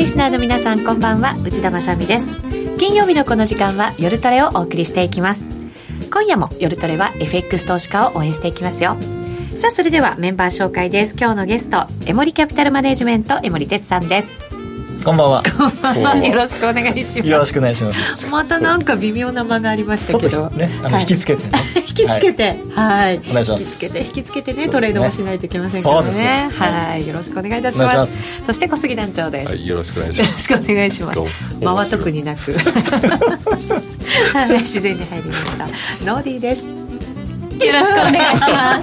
リスナーの皆さんこんばんは、内田まさみです。金曜日のこの時間は夜トレをお送りしていきます。今夜も夜トレは FX 投資家を応援していきますよ。さあそれではメンバー紹介です。今日のゲスト、エモリキャピタルマネジメント江森哲さんです。 こんばんは。 こんばんは。よろしくお願いします。 よろしくお願いします。 またなんか微妙な間がありましたけど、 ちょっとね、 はい、 引きつけてね引きつけて、はい、 お願いします。 引きつけてね、トレードもしないといけませんからね。はい、よろしくお願いいたします。そして小杉団長です。 はい、よろしくお願いします。 よろしくお願いします。間は特になく自然に入りました。ノーディーです。よろしくお願いします。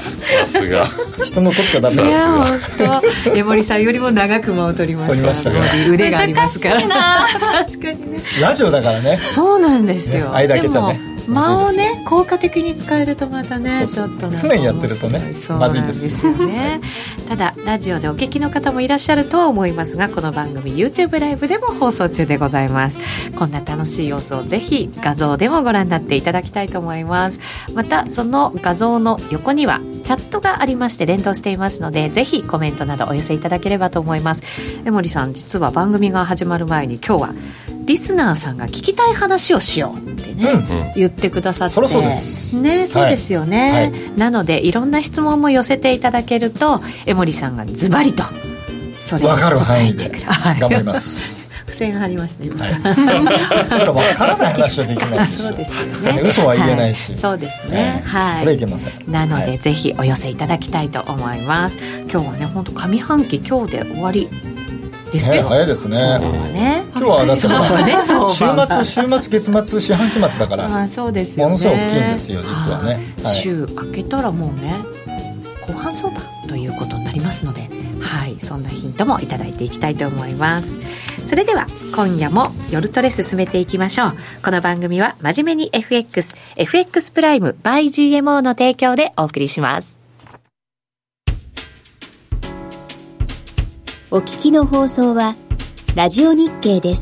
さすが人の取っちゃダメだ。 いや本当、江森さんよりも長く間を取りましたね。腕がありますから。確かにね。 ラジオだからね。 そうなんですよ。 間だけじゃね。 間をね効果的に使えるとまたね、ちょっと常にやってるとねまずいですよね。ただラジオでお聞きの方もいらっしゃるとは思いますが、この番組 YouTube ライブでも放送中でございます。こんな楽しい様子をぜひ画像でもご覧になっていただきたいと思います。またその画像の横にはチャットがありまして連動していますので、ぜひコメントなどお寄せいただければと思います。江森さん、実は番組が始まる前に今日はリスナーさんが聞きたい話をしようってね、言ってくださって、 そりゃそうですね、そうですよね、はいはい、なのでいろんな質問も寄せていただけると江森さんがズバリとそれを答えてくる。 頑張ります付箋貼りますね、 はい、それ分からない話はできないでしょ。 そうですよね、 嘘は言えないし、 はい、そうですね、はい、 これいけません。 なので、 はい、 ぜひお寄せいただきたいと思います。今日はね本当上半期今日で終わりですよ。 早いですね。 そうね、 今日はだって週末月末四半期末だから、 まあ、そうですよね、 ものすごい大きいんですよ実はね、 はい、週明けたらもうね後半相場ということになりますので、はい、そんなヒントもいただいていきたいと思います。それでは今夜も夜トレ進めていきましょう。この番組は真面目に FX プライム by GMO の提供でお送りします。 お聞きの放送はラジオ日経です。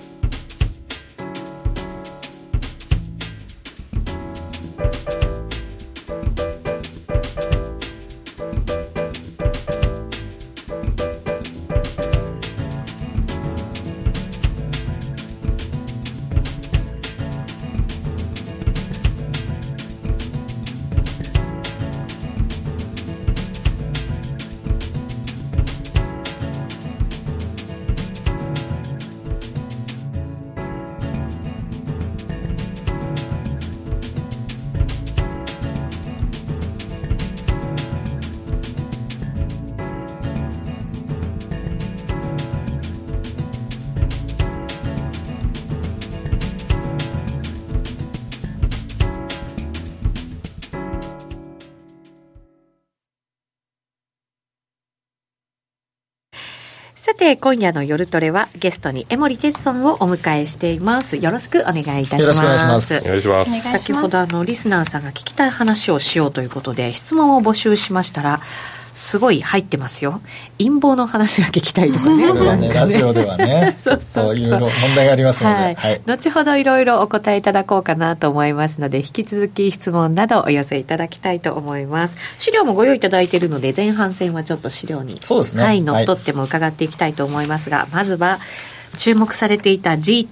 さて今夜の夜トレはゲストに江森哲さんをお迎えしています。よろしくお願いいたします。 よろしくお願いします。 お願いします。 先ほどリスナーさんが聞きたい話をしようということで質問を募集しましたら、すごい入ってますよ。陰謀の話が聞きたいとかね。 それはね、ラジオではね、ちょっといろいろ問題がありますので、 はいはい、後ほどいろいろお答えいただこうかなと思いますので、引き続き質問などお寄せいただきたいと思います。資料もご用意いただいているので、前半戦はちょっと資料に、 そうですね、 はい、乗っ取っても伺っていきたいと思いますが、まずは注目されていた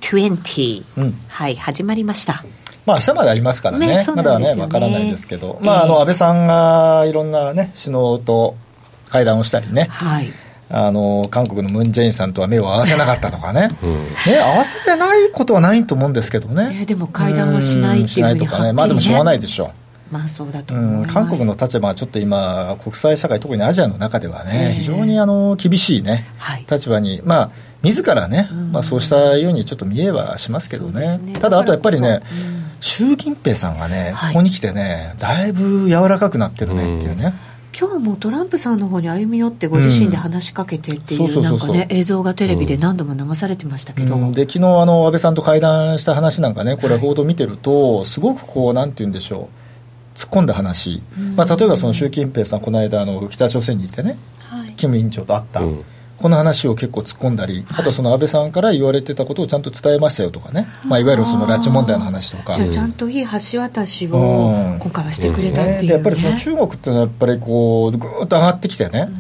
G20、はい、始まりました。 まあ、明日までありますから ね、まだはね、わからないですけど、まあ、安倍さんがいろんなね、首脳と会談をしたりね、はい、韓国のムン・ジェインさんとは目を合わせなかったとかね、ね、合わせてないことはないと思うんですけどね、 でも会談はしないっていうふうにとかね、まあでもしょうがないでしょう。 まあそうだと思います。 韓国の立場はちょっと今国際社会、特にアジアの中ではね、非常に厳しいね、はい、立場に、まあ自らね、まあ、そうしたようにちょっと見えはしますけど ね、ただあとやっぱりね、習近平さんがね、ここに来てね、だいぶ柔らかくなってるねっていうね、 今日もトランプさんの方に歩み寄ってご自身で話しかけてっていうなんかね、映像がテレビで何度も流されてましたけど、 で昨日安倍さんと会談した話なんかね、これ報道見てると、すごくこうなんて言うんでしょう、突っ込んだ話、まあ、例えばその習近平さんこの間北朝鮮に行ってね、はい、キム委員長と会った、この話を結構突っ込んだり、あとその安倍さんから言われてたことをちゃんと伝えましたよとかね、まあ、いわゆるその拉致問題の話とか、 じゃあちゃんといい橋渡しを今回はしてくれたっていうね、 でやっぱりその中国っていうのはやっぱりこうぐーっと上がってきてね、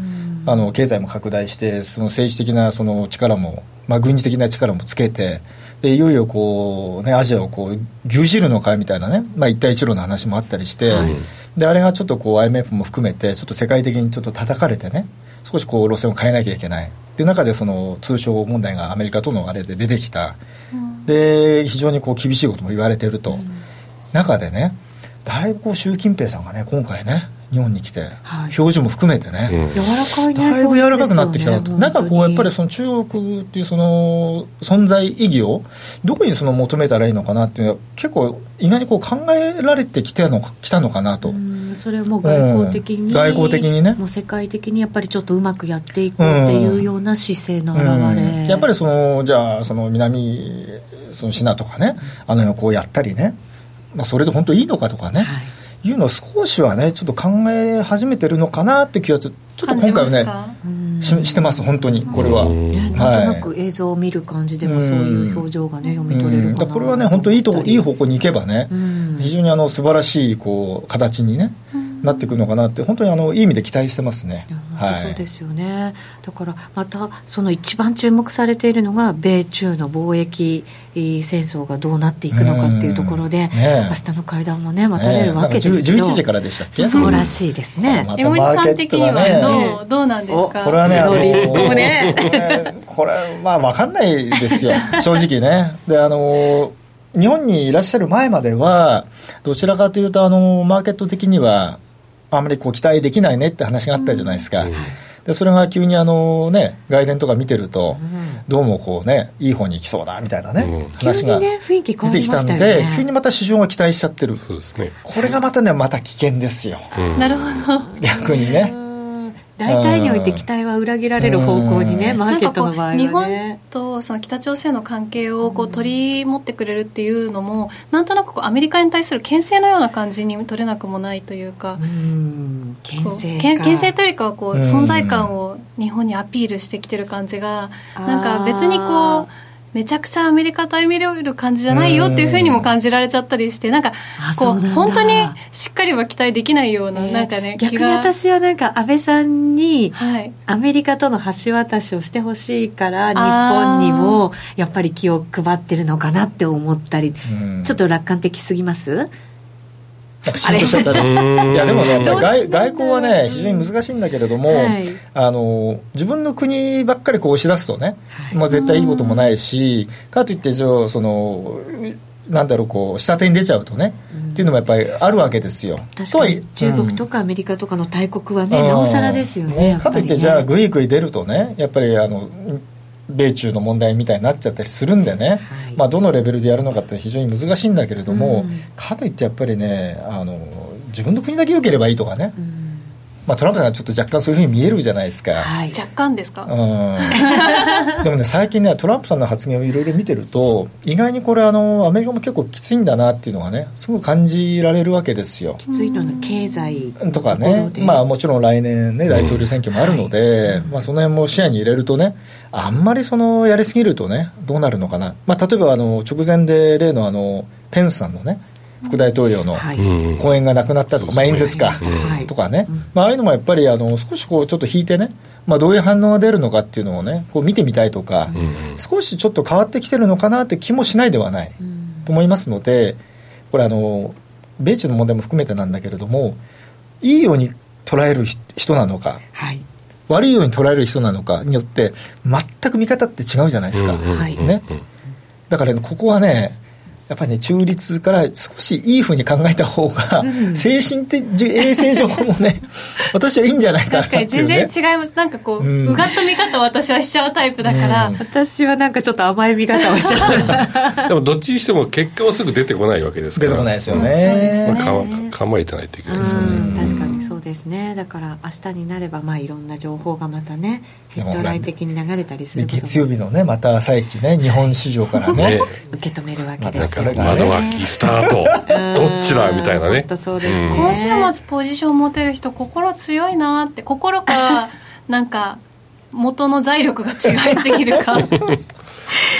経済も拡大してその政治的なその力も、軍事的な力もつけて、でいよいよこう、アジアをこう牛耳るのかみたいなね、一帯一路の話もあったりして、であれがちょっとこう IMF も含めてちょっと世界的にちょっと叩かれてね、少しこう路線を変えなきゃいけないという中で、その通商問題がアメリカとのあれで出てきた、で非常にこう厳しいことも言われていると、中でね、だいぶこう習近平さんがね今回ね日本に来て、表情も含めてね、 柔らかいね、 だいぶ柔らかくなってきたなと。なんかこうやっぱりその中国っていうその存在意義をどこにその求めたらいいのかなっていうのは結構意外にこう考えられてきたのかなと。 それはもう外交的に、 外交的にね、 もう世界的にやっぱりちょっとうまくやっていこうっていうような姿勢の表れ、 やっぱりそのじゃあその南そのシナとかね、あの辺をこうやったりね、それで本当いいのかとかね、いうのを少しはねちょっと考え始めてるのかなって気がちょっと今回はねしてます。本当にこれは、 なんとなく映像を見る感じでもそういう表情がね読み取れるかな。 これはね本当にいい方向に行けばね、非常に素晴らしいこう形にね、なってくるのかなって本当にいい意味で期待してますね。 そうですよね。だからまたその一番注目されているのが米中の貿易戦争がどうなっていくのかっていうところで、明日の会談もね待たれるわけですけど、 11時からでしたっけ。 そうらしいですね。 江森さん的にはどうなんですか。 これはねこれ分かんないですよ正直ね。で日本にいらっしゃる前まではどちらかというとマーケット的にはあまりこう期待できないねって話があったじゃないですか、でそれが急に外伝とか見てると、どうもこうねいい方に行きそうだみたいなね、話が出てきたんで、急にまた市場が期待しちゃってる。そうですね、これがまた危険ですよ、 なるほど。 逆にね、 大体において期待は裏切られる方向にね、マーケットの場合はね、 日本とその北朝鮮の関係をこう取り持ってくれるっていうのも、なんとなくこうアメリカに対する牽制のような感じに取れなくもないというか、牽制というよりかはこう存在感を日本にアピールしてきてる感じが、なんか別にこうめちゃくちゃアメリカと歩み寄る感じじゃないよっていう風にも感じられちゃったりして、なんかこう本当にしっかりは期待できないような、なんかね、 逆に私はなんか安倍さんにアメリカとの橋渡しをしてほしいから日本にもやっぱり気を配ってるのかなって思ったり、ちょっと楽観的すぎます？ シーンとしちゃったね。いやでもね、外交はね非常に難しいんだけれども、自分の国ばっかりこう押し出すとね、絶対いいこともないし、かといってそのなんだろう、こう下手に出ちゃうとね、っていうのもやっぱりあるわけですよ。 確かに中国とかアメリカとかの大国はね、なおさらですよね。 かといってじゃあグイグイ出るとね、やっぱり米中の問題みたいになっちゃったりするんでね、どのレベルでやるのかって非常に難しいんだけれども、かといってやっぱりね自分の国だけ良ければいいとかね、トランプさんはちょっと若干そういうふうに見えるじゃないですか、 若干ですか、 でもね最近ねトランプさんの発言をいろいろ見てると、意外にこれアメリカも結構きついんだなっていうのがねすごく感じられるわけですよ。 きついのは経済とかね、もちろん来年ね大統領選挙もあるので、その辺も視野に入れるとね、あんまりやりすぎるとねどうなるのかな。例えば直前で例のペンスさんのね副大統領の講演がなくなったとか、演説かとかね、ああいうのもやっぱり少しこうちょっと引いてね、どういう反応が出るのかっていうのをねこう見てみたいとか、少しちょっと変わってきてるのかなって気もしないではないと思いますので、これ米中の問題も含めてなんだけれども、いいように捉える人なのか、悪いように捉える人なのかによって全く見方って違うじゃないですか、ね、だから、ここはねやっぱりね中立から少しいい風に考えた方が、精神的衛生上もね私はいいんじゃないかなっていうね。 確かに全然違います。なんかこう、うがった見方を私はしちゃうタイプだから、 私はなんかちょっと甘い見方をしちゃうでもどっちにしても結果はすぐ出てこないわけですから、 出てこないですよね、 構えてないといけないですよね。 確かにそうですね。だから明日になればいろんな情報がまたねヘッドライン的に流れたりすることも、 月曜日のねまた朝一ね日本市場からね受け止めるわけですよね。 窓脇スタートどっちだみたいなね。 そうですね。 今週末ポジション持てる人心強いなって、心かなんか元の財力が違いすぎるか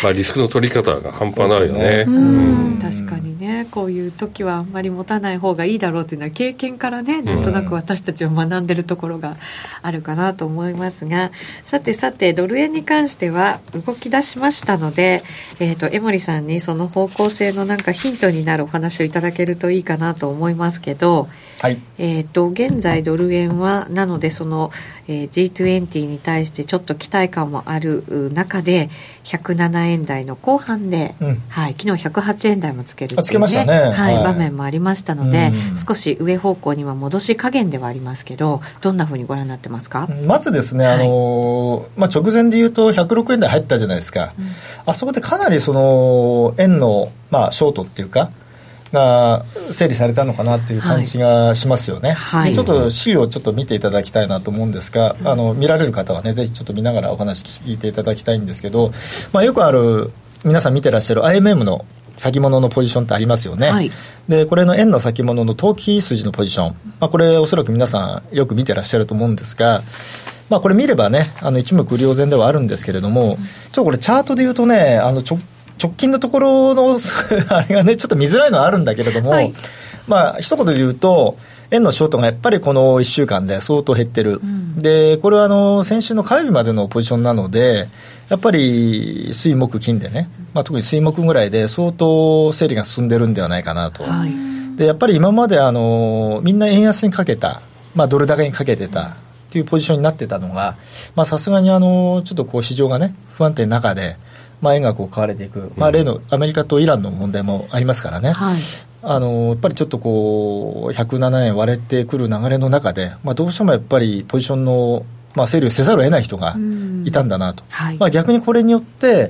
まあ、リスクの取り方が半端ないよね。 確かにね、こういう時はあんまり持たない方がいいだろうというのは経験からね、なんとなく私たちは学んでるところがあるかなと思いますが、さてドル円に関しては動き出しましたので、江森さんにその方向性のなんかヒントになるお話をいただけるといいかなと思いますけど、はい、現在ドル円はなのでその、G20 に対してちょっと期待感もある中で107円台の後半で、はい、昨日108円台もつけるっていう、ね、 つけましたね、 はい、場面もありましたので、少し上方向には戻し加減ではありますけど、どんなふうにご覧になってますか？ まずですね、直前で言うと106円台入ったじゃないですか、あそこでかなりその円の、ショートっていうかが整理されたのかなという感じがしますよね、はい、でちょっと資料をちょっと見ていただきたいなと思うんですが、見られる方はねぜひちょっと見ながらお話聞いていただきたいんですけど、よくある皆さん見てらっしゃる IMM の先物のポジションってありますよね、はい、でこれの円の先物の投機筋のポジション、これおそらく皆さんよく見てらっしゃると思うんですが、これ見ればね一目瞭然ではあるんですけれども、ちょっとこれチャートで言うとね直近のところのあれがねちょっと見づらいのはあるんだけれども、はい、一言で言うと円のショートがやっぱりこの1週間で相当減ってる、でこれは先週の火曜日までのポジションなのでやっぱり水木金でね、特に水木ぐらいで相当整理が進んでるんではないかなと、はい、でやっぱり今までみんな円安にかけた、ドル高にかけてたっていうポジションになってたのがさすがにちょっとこう市場がね不安定の中で円がこう買われていく、例のアメリカとイランの問題もありますからね、はい、やっぱりちょっとこう107円割れてくる流れの中で、どうしてもやっぱりポジションの、整理をせざるを得ない人がいたんだなと、はい、逆にこれによって、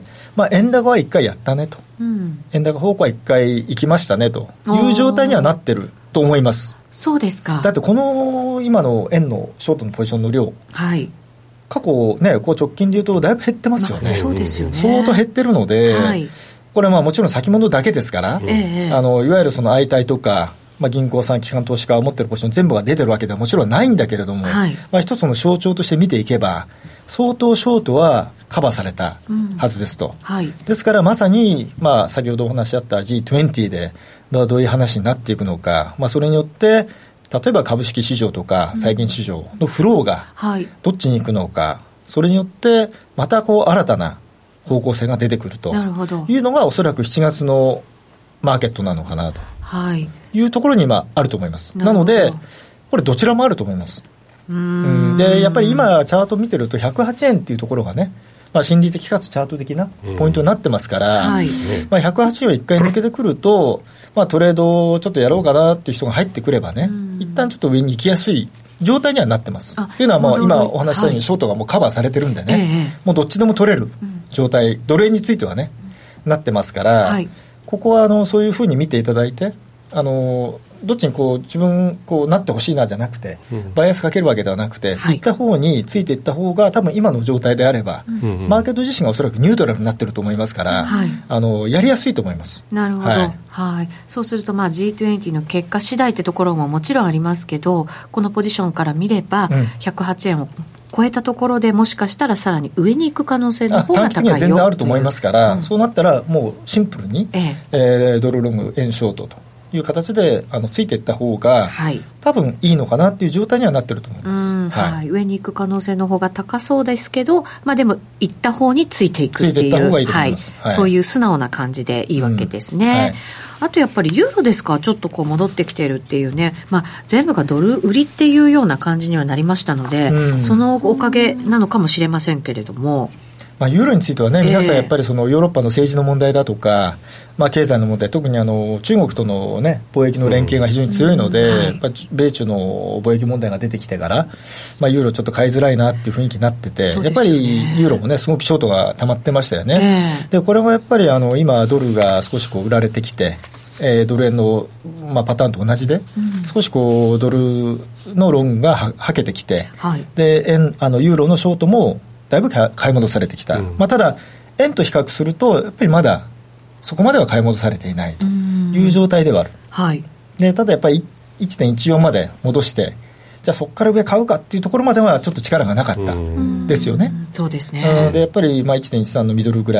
円高は1回やったねと、円高方向は1回行きましたねという状態にはなってると思います。 そうですか。 だってこの今の円のショートのポジションの量、はい、過去ねこう直近でいうとだいぶ減ってますよね、 そうですよね、 相当減ってるので、はい、これもちろん先物だけですから、いわゆるその相対とか、銀行さん機関投資家が持ってるポジション全部が出てるわけではもちろんないんだけれども、はい、一つの象徴として見ていけば相当ショートはカバーされたはずですと、はい、ですからまさに、先ほどお話しあった G20 でどういう話になっていくのか、それによって例えば株式市場とか債券市場のフローがどっちに行くのか、それによってまたこう新たな方向性が出てくるというのがおそらく7月のマーケットなのかなというところに今あると思います。なのでこれどちらもあると思います。でやっぱり今チャート見てると108円っていうところがね、心理的かつチャート的なポイントになってますから、108円を1回抜けてくると、トレードをちょっとやろうかなっていう人が入ってくればね、一旦ちょっと上に行きやすい状態にはなってます。というのはもう今お話したようにショートがもうカバーされてるんでね、もうどっちでも取れる状態、ドル円についてはねなってますから、ここはそういうふうに見ていただいて、どっちにこう自分こうなってほしいなじゃなくて、バイアスかけるわけではなくて、いった方についていった方が多分今の状態であれば、マーケット自身がおそらくニュートラルになってると思いますから、やりやすいと思います。 なるほど、はい、そうするとG20 の結果次第ってところももちろんありますけど、このポジションから見れば、108円を超えたところでもしかしたらさらに上に行く可能性の方が高いよ。短期的には全然あると思いますから、そうなったらもうシンプルに、ドルロング円ショートという形でついていった方が、多分いいのかなっていう状態にはなってると思います。上に行く可能性の方が高そうですけど、でも行った方についていくっていう、ついていった方がいいと思います。そういう素直な感じでいいわけですね。あとやっぱりユーロですか、ちょっとこう戻ってきてるっていうね、全部がドル売りっていうような感じにはなりましたので、そのおかげなのかもしれませんけれども、 ユーロについてはね、皆さんやっぱりそのヨーロッパの政治の問題だとか、経済の問題、特に中国との、ね、貿易の連携が非常に強いので、やっぱ米中の貿易問題が出てきてから、ユーロちょっと買いづらいなっていう雰囲気になってて、やっぱりユーロもねすごくショートが溜まってましたよね。でこれもやっぱり今ドルが少しこう売られてきて、ドル円の、パターンと同じで、少しこうドルのロングがはけてきて、でユーロのショートもだいぶ買い戻されてきた、ただ円と比較するとやっぱりまだそこまでは買い戻されていないという状態ではある、でただやっぱり 1.14 まで戻して、じゃあそこから上買うかっていうところまではちょっと力がなかったですよね。 そうですね。 でやっぱり1.13 のミドルぐらい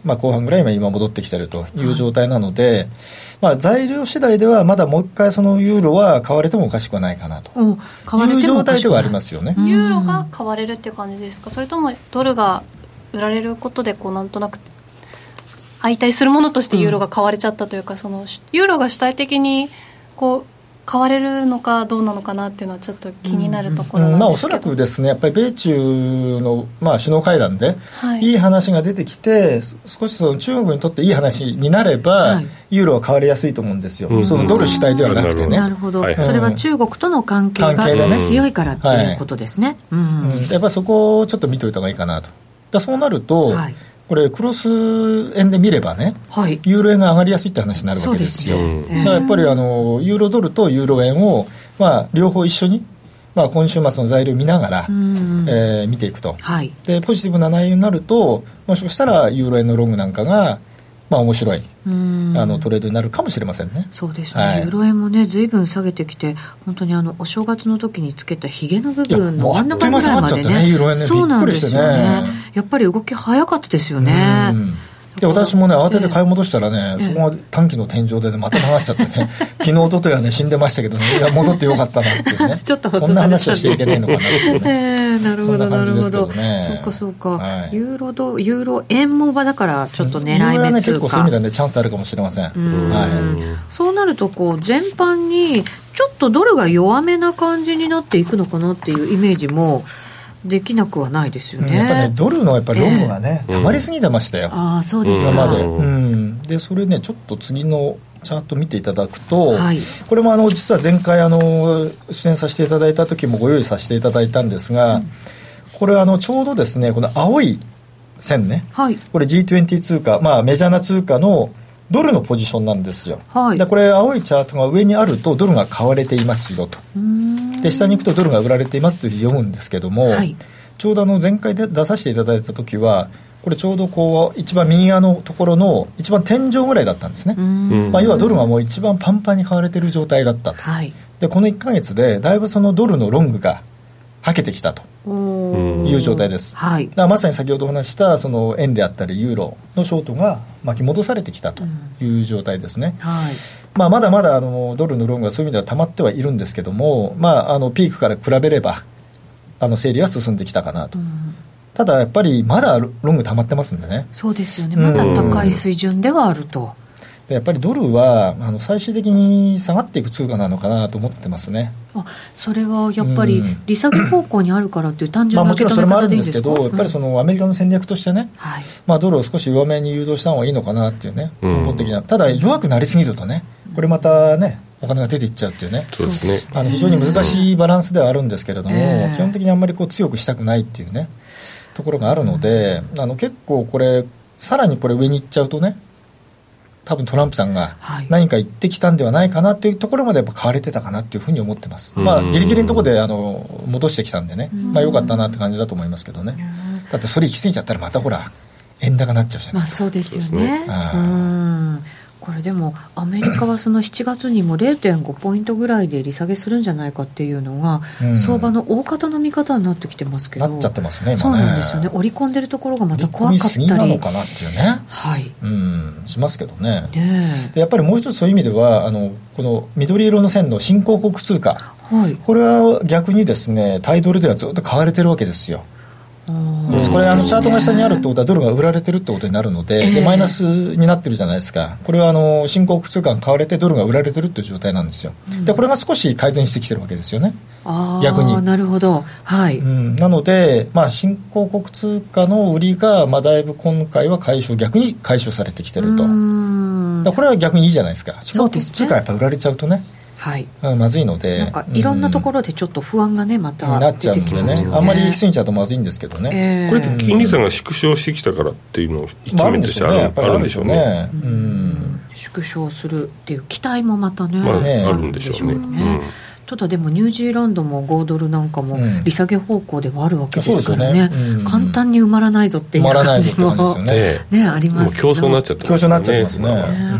後半ぐらい今戻ってきているという状態なので、材料次第ではまだもう一回そのユーロは買われてもおかしくはないかなという状態ではありますよね。 ユーロが買われるっていう感じですか、それともドルが売られることでなんとなく相対するものとしてユーロが買われちゃったというか、そのユーロが主体的に買われるのかどうなのかなっていうのはちょっと気になるところなんですけど、 おそらくですね、やっぱり米中の、首脳会談でいい話が出てきて、少しその中国にとっていい話になれば、ユーロは買われやすいと思うんですよ、そのドル主体ではなくてね。 なるほど、それは中国との関係が強いからっていうことですね。 やっぱりそこをちょっと見ておいた方がいいかなと。そうなると、これクロス円で見ればね、ユーロ円が上がりやすいって話になるわけですよ。だからやっぱりユーロドルとユーロ円を、両方一緒に、今週末の材料を見ながら、見ていくと、でポジティブな内容になると、もしかしたらユーロ円のロングなんかが面白いトレードになるかもしれませんね。 そうですね、ユーロ円もね随分下げてきて、本当にお正月の時につけたヒゲの部分の真ん中ぐらいまでね、そうなんですよね。やっぱり動き早かったですよね。 で私もね慌てて買い戻したらね、そこが短期の天井でねまた下がっちゃってね昨日おとといはね死んでましたけどね、いや戻ってよかったなっていうねちょっとそんな話はしていけないのかなっていうねなるほどなるほど、そうか、ユーロ円もだからちょっと狙い目通貨、ユーロはね結構そういう意味ではねチャンスあるかもしれません。 そうなると全般にちょっとドルが弱めな感じになっていくのかなっていうイメージもできなくはないですよね。 やっぱねドルのやっぱロングがね、溜まりすぎてましたよ。 そうですか。 今まで、でそれねちょっと次のチャート見ていただくと、これも実は前回出演させていただいた時もご用意させていただいたんですが、これちょうどですねこの青い線ね、これ G20 通貨、メジャーな通貨のドルのポジションなんですよ。でこれ青いチャートが上にあるとドルが買われていますよと、で下に行くとドルが売られていますというふうに読むんですけども、ちょうど前回で出させていただいた時はこれちょうど一番右側のところの一番天井ぐらいだったんですね。要はドルがもう一番パンパンに買われている状態だったと、でこの1ヶ月でだいぶそのドルのロングがはけてきたという状態です。だからまさに先ほどお話したその円であったりユーロのショートが巻き戻されてきたという状態ですね。まだまだドルのロングはそういう意味では溜まってはいるんですけども、ピークから比べれば整理は進んできたかなと。ただやっぱりまだロング溜まってますんでね。 そうですよね、まだ高い水準ではあると。 でやっぱりドルは最終的に下がっていく通貨なのかなと思ってますね。 それはやっぱり利下げ方向にあるからっていう単純な受け止め方でいいんですか。 もちろんそれもあるんですけど、やっぱりそのアメリカの戦略としてね、ドルを少し弱めに誘導した方がいいのかなっていうね、根本的な。ただ弱くなりすぎるとね、これまたねお金が出ていっちゃうっていうね、 そうですね、 非常に難しいバランスではあるんですけれども、基本的にあんまり強くしたくないっていうねところがあるので、結構これさらにこれ上に行っちゃうとね、多分トランプさんが何か言ってきたんではないかなというところまでやっぱ買われてたかなというふうに思ってます。ギリギリのところで戻してきたんでね、良かったなって感じだと思いますけどね。だってそれ行き過ぎちゃったらまたほら円高になっちゃうじゃないですか。 そうですよね。これでもアメリカはその7月にも 0.5 ポイントぐらいで利下げするんじゃないかっていうのが、相場の大方の見方になってきてますけど、 なっちゃってますね今ね。 そうなんですよね。織り込んでるところがまた怖かったり、 織り込みすぎなのかなっていうね、しますけどね。でやっぱりもう一つそういう意味ではこの緑色の線の新興国通貨、これは逆にですね対ドルではずっと買われてるわけですよ。これチャートが下にあるってことはドルが売られてるってことになるので、マイナスになってるじゃないですか。これは新興国通貨が買われてドルが売られてるっていう状態なんですよ。でこれが少し改善してきてるわけですよね。逆になるほど、 なので、新興国通貨の売りが、だいぶ今回は逆に解消されてきてると。これは逆にいいじゃないですか。新興国通貨やっぱ売られちゃうとね、まずいので、 なんかいろんなところでちょっと不安がねまた出てきますよね。 あんまり行き過ぎちゃうとまずいんですけどね。 これって金利差が縮小してきたからっていうのを一面としてあるんでしょうね。 縮小するっていう期待もまたね、 あるんでしょうね。 ただでもニュージーランドも5ドルなんかも利下げ方向ではあるわけですからね、簡単に埋まらないぞっていう感じも、ありますよね。 もう競争になっちゃってますね。 本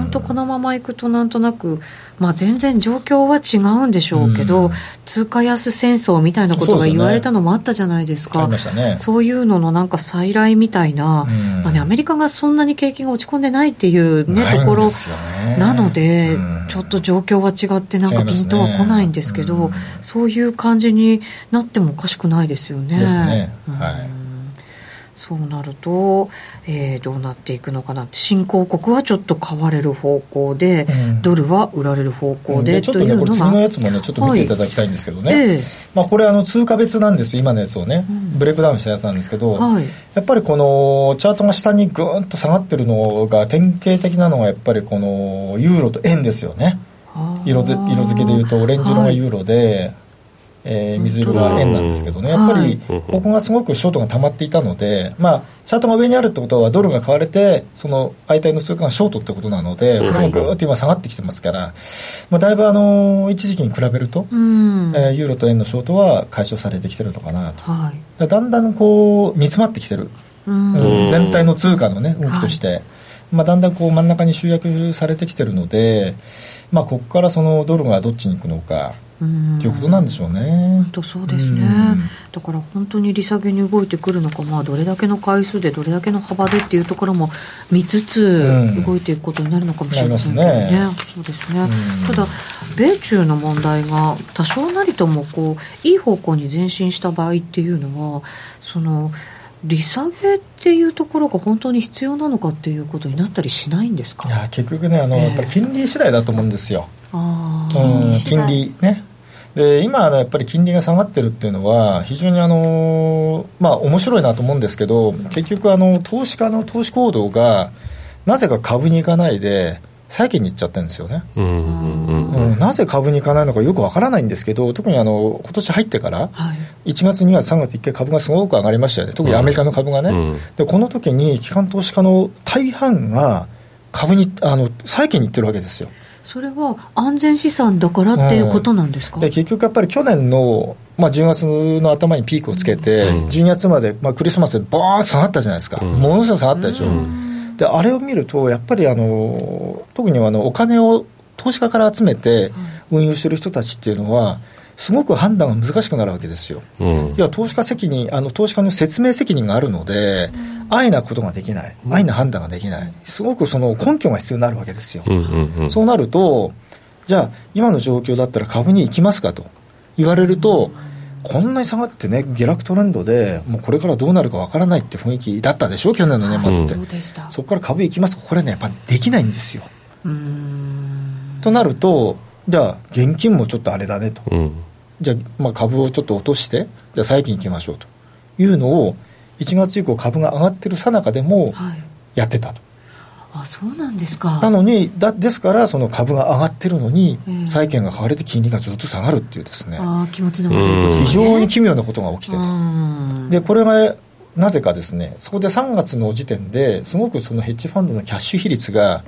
本当このままいくとなんとなく、全然状況は違うんでしょうけど、通貨安戦争みたいなことが言われたのもあったじゃないですか。そういうののなんか再来みたいな、アメリカがそんなに景気が落ち込んでないっていう、ところなので、ちょっと状況は違ってなんかピンとは来ないんですけど、そういう感じになってもおかしくないですよね。 ですね。 そうなると、どうなっていくのかな。新興国はちょっと買われる方向で、ドルは売られる方向で、 ちょっとね、これ次のやつもねちょっと見ていただきたいんですけどね、これ通貨別なんですよ、今のやつをね、ブレイクダウンしたやつなんですけど、やっぱりこのチャートが下にぐーんと下がってるのが典型的なのがやっぱりこのユーロと円ですよね。色付けでいうとオレンジ色がユーロで、水色が円なんですけどね、やっぱりここがすごくショートが溜まっていたので、チャートが上にあるってことはドルが買われてその相対の通貨がショートってことなので、これもぐーっと今下がってきてますから、だいぶ一時期に比べると、ユーロと円のショートは解消されてきてるのかなと、だんだんこう煮詰まってきてる、全体の通貨のね動きとして、だんだんこう真ん中に集約されてきてるので、ここからそのドルがどっちに行くのかということなんでしょうね。 本当そうですね。だから本当に利下げに動いてくるのか、どれだけの回数でどれだけの幅でっていうところも見つつ動いていくことになるのかもしれませんけどね。そうですね。ただ米中の問題が多少なりともこういい方向に前進した場合っていうのは、その利下げっていうところが本当に必要なのかっていうことになったりしないんですか。 いや結局ね、やっぱり金利次第だと思うんですよ。金利ね。で今やっぱり金利が下がってるっていうのは非常に面白いなと思うんですけど、結局投資家の投資行動がなぜか株に行かないで債券に行っちゃってるんですよね。なぜ株に行かないのかよくわからないんですけど、特に今年入ってから、1月2月3月1回株がすごく上がりましたよね。特にアメリカの株がね、でこの時に機関投資家の大半が株に債券に行ってるわけですよ。 それは安全資産だからっていうことなんですか。 で結局やっぱり去年の、10月の頭にピークをつけて、12月まで、クリスマスでバーッと下がったじゃないですか、ものすごく下がったでしょ。であれを見るとやっぱり特にお金を投資家から集めて運用している人たちっていうのはすごく判断が難しくなるわけですよ。要は投資家の説明責任があるので、安易なことができない、安易な判断ができない、すごくその根拠が必要になるわけですよ。そうなると、じゃあ今の状況だったら株に行きますかと言われると、こんなに下がってね、下落トレンドでもうこれからどうなるかわからないって雰囲気だったでしょ、去年の年末って。 そうでした。 そこから株行きますか、これねやっぱできないんですよ。となると、じゃあ現金もちょっとあれだねと、じゃあ株をちょっと落としてじゃあ債券行きましょうというのを1月以降株が上がってる最中でもやってたと、 そうなんですか。 なのにですからその株が上がってるのに債券が買われて金利がずっと下がるっていうですね、 気持ちの悪いこと、 非常に奇妙なことが起きてて、でこれがなぜかですね、そこで3月の時点ですごくそのヘッジファンドのキャッシュ比率が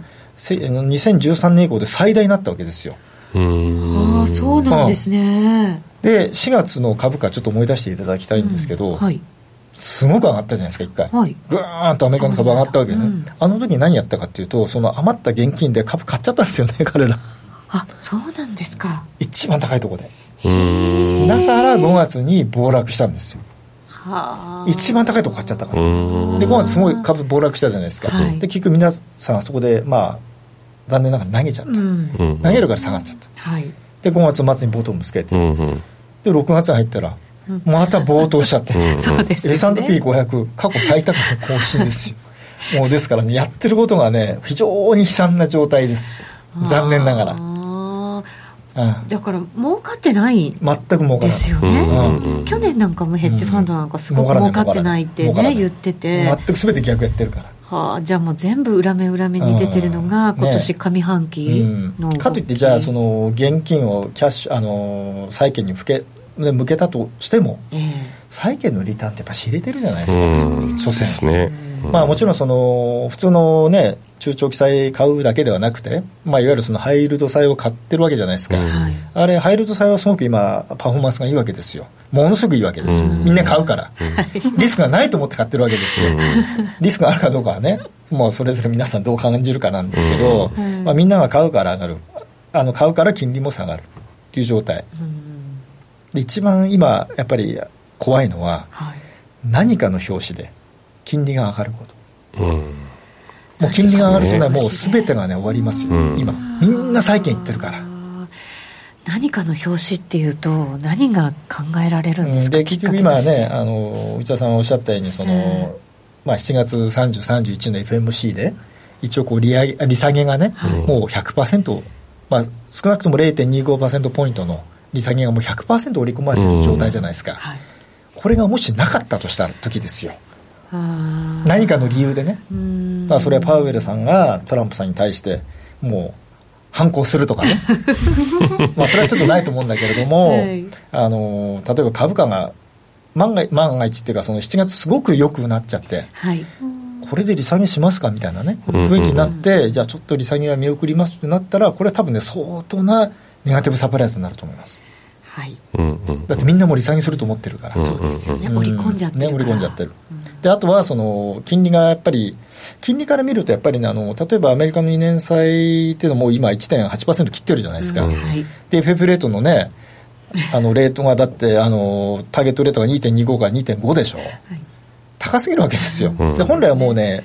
2013年以降で最大になったわけですよ。 そうなんですね。 で4月の株価ちょっと思い出していただきたいんですけど、すごく上がったじゃないですか、1回、ぐーんとアメリカの株上がったわけね。あの時何やったかっていうと、その余った現金で株買っちゃったんですよね、彼ら。 そうなんですか。 一番高いところで。だから5月に暴落したんですよ。一番高いとこ買っちゃったから。で5月すごい株暴落したじゃないですか、で結局皆さんあそこで残念ながら投げちゃった、投げるから下がっちゃった、で5月末にボトムつけて、で6月に入ったらまた暴騰しちゃってそうですね、 S&P500 過去最高値更新ですよ。もうですからね、やってることがね非常に悲惨な状態です。残念ながら。 だから儲かってない全く儲かないですよね。去年なんかもヘッジファンドなんかすごく儲かってないってね言ってて、 全く全て逆やってるから。 じゃあもう全部裏目に出てるのが今年上半期の、 かといってじゃあその現金をキャッシュ債券に向けたとしても、債券のリターンってやっぱ知れてるじゃないですか、所詮、もちろんその普通のね中長期債買うだけではなくて、いわゆるそのハイイールド債を買ってるわけじゃないですか、あれハイイールド債はすごく今パフォーマンスがいいわけですよ。ものすごくいいわけですよ、みんな買うから、リスクがないと思って買ってるわけですよ。リスクがあるかどうかはね、もうそれぞれ皆さんどう感じるかなんですけど、みんなが買うから上がる、買うから金利も下がるっていう状態で、一番今やっぱり怖いのは、何かの拍子で金利が上がること、もう金利が上がるとね、もう全てがね終わりますよ、今みんな債券言ってるから。 何かの表紙っていうと何が考えられるんですか。 で結局今ね、内田さんおっしゃったように7月30、31の FMC で一応こう利下げがね、もう 100%、少なくとも 0.25% ポイントの利下げがもう 100% 織り込まれている状態じゃないですか、これがもしなかったとした時ですよ。何かの理由でね、それはパウエルさんがトランプさんに対してもう反抗するとかねそれはちょっとないと思うんだけれども、例えば株価が万が一っていうか、その7月すごく良くなっちゃって、これで利下げしますかみたいなね雰囲気になって、じゃあちょっと利下げは見送りますってなったら、これは多分ね相当なネガティブサプライズになると思います。だってみんなも利下げすると思ってるから。 そうですよね、織り込んじゃってるから、 織り込んじゃってる。であとはその金利がやっぱり、金利から見るとやっぱりね、例えばアメリカの2年債っていうのも今 1.8% 切ってるじゃないですか、で FF レートのねレートがだってターゲットレートが 2.25 から 2.5 でしょ、高すぎるわけですよ、で本来はもうね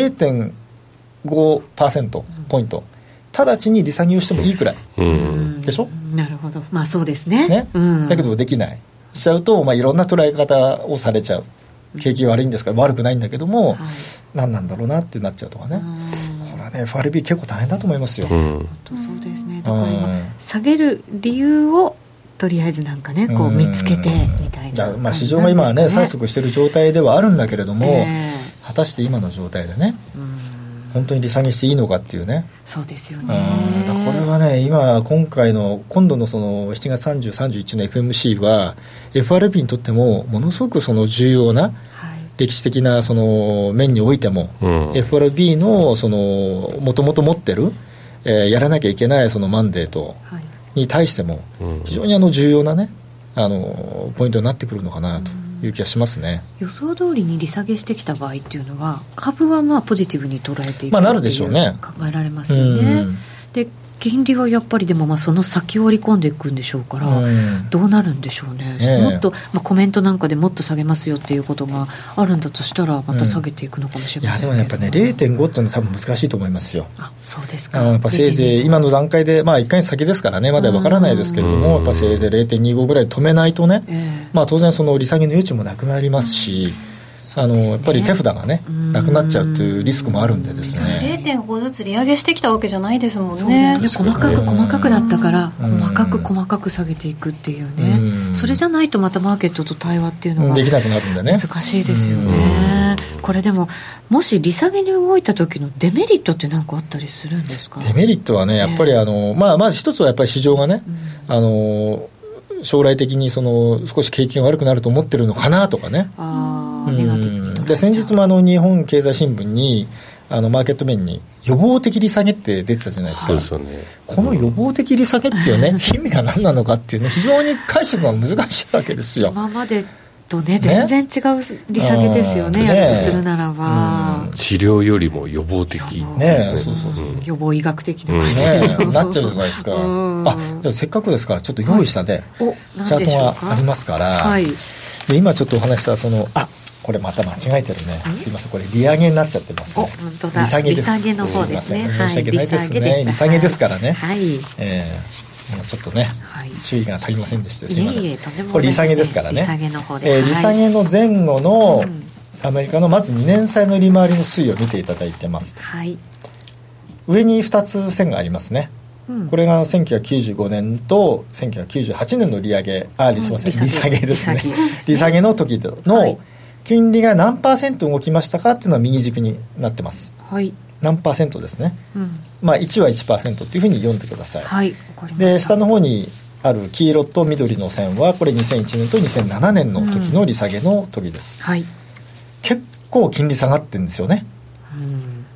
0.5% ポイント、直ちに利下げをしてもいいくらいでしょ。 なるほど、そうですね、 だけどできないしちゃうと、いろんな捉え方をされちゃう。景気悪いんですから、悪くないんだけども、何なんだろうなってなっちゃうとかね、これはね FRB 結構大変だと思いますよ。 そうですね、だから今下げる理由をとりあえずなんかねこう見つけてみたいな、 市場が今はね催促している状態ではあるんだけれども、果たして今の状態でね、本当に利下げしていいのかっていうね。 そうですよね。 だこれはね今度のその7月30、31の FMC は FRB にとってもものすごくその重要な歴史的なその面においても、FRB のその元々持ってる、やらなきゃいけないそのマンデートに対しても非常に重要なねポイントになってくるのかなという気がしますね。 予想通りに利下げしてきた場合っていうのは株はポジティブに捉えていくなるでしょうね。 考えられますよね。で金利はやっぱりでもその先を織り込んでいくんでしょうから、どうなるんでしょうね、もっと、コメントなんかでもっと下げますよっていうことがあるんだとしたらまた下げていくのかもしれませんけど、 いやでもやっぱね 0.5 っていうのは多分難しいと思いますよ。 そうですか。 やっぱせいぜい今の段階で1ヶ月先ですからねまだわからないですけれども、やっぱせいぜい 0.25 ぐらい止めないとね、当然その利下げの余地もなくなりますし、やっぱり手札がねなくなっちゃうというリスクもあるんでですね。 0.5 ずつ利上げしてきたわけじゃないですもんね。 細かくだったから細かく下げていくっていうね、それじゃないとまたマーケットと対話っていうのができなくなるんでね、 難しいですよね。これでももし利下げに動いた時のデメリットって何かあったりするんですか。 デメリットはねやっぱりまず一つはやっぱり市場がね、将来的にその少し景気が悪くなると思ってるのかなとかね。で先日も日本経済新聞にマーケット面に予防的利下げって出てたじゃないですか。 そうですよね。 この予防的利下げっていうね意味が何なのかっていうね非常に解釈が難しいわけですよ。 今までとね全然違う利下げですよね、やるとするならば、 治療よりも予防的ね、 予防医学的な感じ、 なっちゃうじゃないですか。じゃあせっかくですからちょっと用意したね、チャートがありますから、で今ちょっとお話したこれまた間違えてるね、すいません、これ利上げになっちゃってますね。 本当だ、 利下げです。 利下げの方ですね。 申し訳ないですね、利下げですからね。もうちょっとね、注意が足りませんでした。すいません。これ利下げですからね。 利下げの方で、 利下げの前後のアメリカのまず2年債の利回りの推移を見ていただいてます。上に2つ線がありますね。これが1995年と1998年の利上げ、すいません、利下げですね。利下げの時の金利が何パーセント動きましたかっていうのは右軸になってます。何パーセントですね。1は 1% っていうふうに読んでください。で下の方にある黄色と緑の線はこれ2001年と2007年の時の利下げの時です。結構金利下がってるんですよね。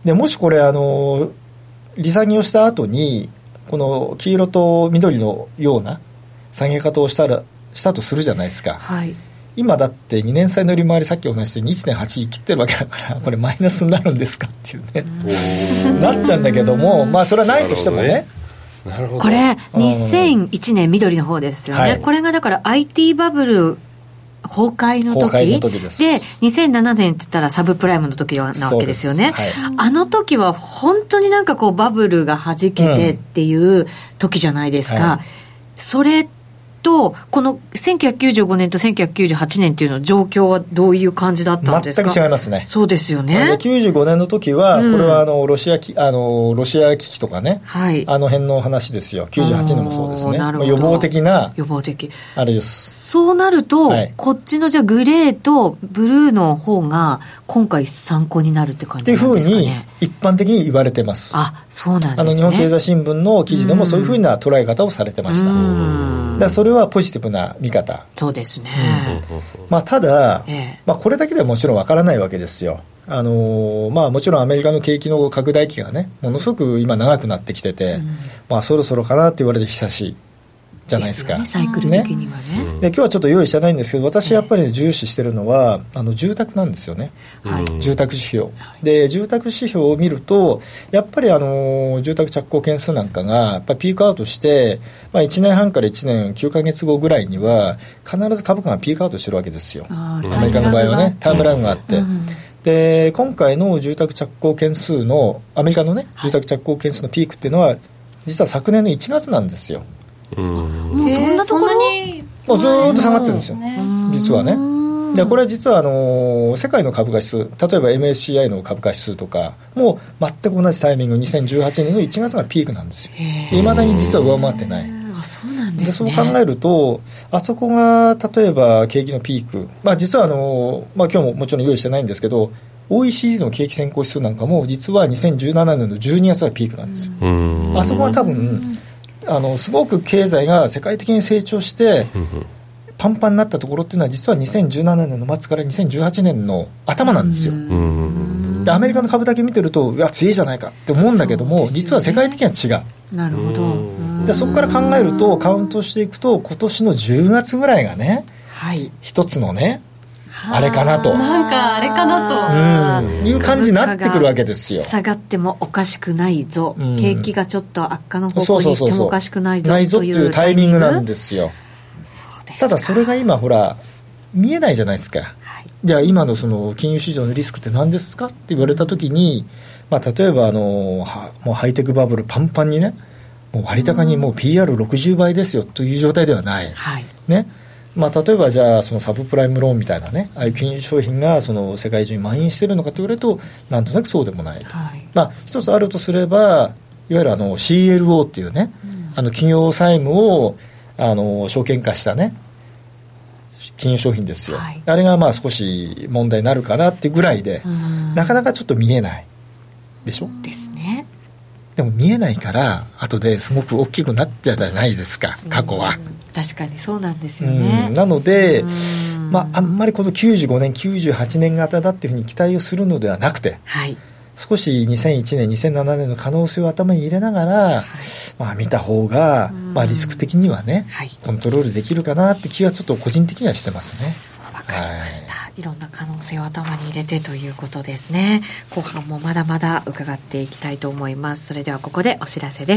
でもしこれ利下げをした後にこの黄色と緑のような下げ方をしたとするじゃないですか、はい、今だって2年債の利回りさっきお話したように 1.8 切ってるわけだからこれマイナスになるんですかっていうねなっちゃうんだけども、まあそれはないとしてもね、 なるほど。これ2001年緑の方ですよね、はい、これがだから IT バブル崩壊の時です。で2007年って言ったらサブプライムの時なわけですよね、はい、あの時は本当になんかこうバブルが弾けてっていう時じゃないですか、はい、それとこの1995年と1998年っていうの状況はどういう感じだったんですか？ 全く違いますね。 そうですよね。 95年の時は、これはロシア危機とかね、はい、あの辺の話ですよ。98年もそうですね。予防的なあれです。 そうなると、はい、こっちのじゃあグレーとブルーの方が今回参考になるって感じなんですかね。っていうふうに一般的に言われてます。 あ、そうなんですね。 日本経済新聞の記事でもそういうふうな捉え方をされてました。だからそれはポジティブな見方。 そうですね。 まあ、ただ、まあ、これだけではもちろんわからないわけですよ。まあ、もちろんアメリカの景気の拡大期がねものすごく今長くなってきてて、まあ、そろそろかなって言われて久しいじゃないですか。 ですよね、サイクル的にはね。 で今日はちょっと用意してないんですけど、私やっぱり重視してるのは住宅なんですよね、住宅指標で、住宅指標を見るとやっぱり住宅着工件数なんかがやっぱりピークアウトして、まあ、1年半から1年9ヶ月後ぐらいには必ず株価がピークアウトしてるわけですよ。アメリカの場合はねタイムラグがあって、で今回の住宅着工件数のアメリカのね住宅着工件数のピークっていうのは実は昨年の1月なんですよ。 もうそんなところにもうずっと下がってるんですよ、実はね。でこれは実は世界の株価指数、例えば MSCI の株価指数とかもう全く同じタイミング2018年の1月がピークなんですよ。いまだに実は上回ってない。 そうなんですね。 でそう考えるとあそこが例えば景気のピーク、まあ、実はまあ、今日ももちろん用意してないんですけど OECD の景気先行指数なんかも実は2017年の12月がピークなんですよ。あそこは多分すごく経済が世界的に成長してパンパンになったところっていうのは実は2017年の末から2018年の頭なんですよ。でアメリカの株だけ見てるといや強いじゃないかって思うんだけども、ね、実は世界的には違う。 なるほど。 でそこから考えるとカウントしていくと今年の10月ぐらいがね、はい、一つのねあれかなと、 なんかあれかなと、いう感じになってくるわけですよ。 下がってもおかしくないぞ、景気がちょっと悪化の方向に行ってもおかしくないぞというタイミングなんですよ。そうですか。ただそれが今ほら見えないじゃないですか、はい、じゃあ今のその金融市場のリスクって何ですかって言われた時に、まあ、例えばもうハイテクバブルパンパンにねもう割高にもう PR60 倍ですよという状態ではない、はいね。まあ、例えばじゃあそのサブプライムローンみたいなねああいう金融商品がその世界中に蔓延しているのかと言われるとなんとなくそうでもないと、はい。まあ、一つあるとすればいわゆるCLO っていうね、企業債務を証券化したね金融商品ですよ、はい、あれがまあ少し問題になるかなってぐらいでなかなかちょっと見えないでしょ。 ですね。 でも見えないから後ですごく大きくなっちゃうじゃないですか過去は。 確かにそうなんですよね。 なので、まあ、あんまりこの95年98年型だっていうふうに期待をするのではなくて、はい、少し2001年2007年の可能性を頭に入れながら、はい、まあ、見た方が、まあ、リスク的にはね、はい、コントロールできるかなって気はちょっと個人的にはしてますね。 わかりました、はい、いろんな可能性を頭に入れてということですね。後半もまだまだ伺っていきたいと思います。それではここでお知らせです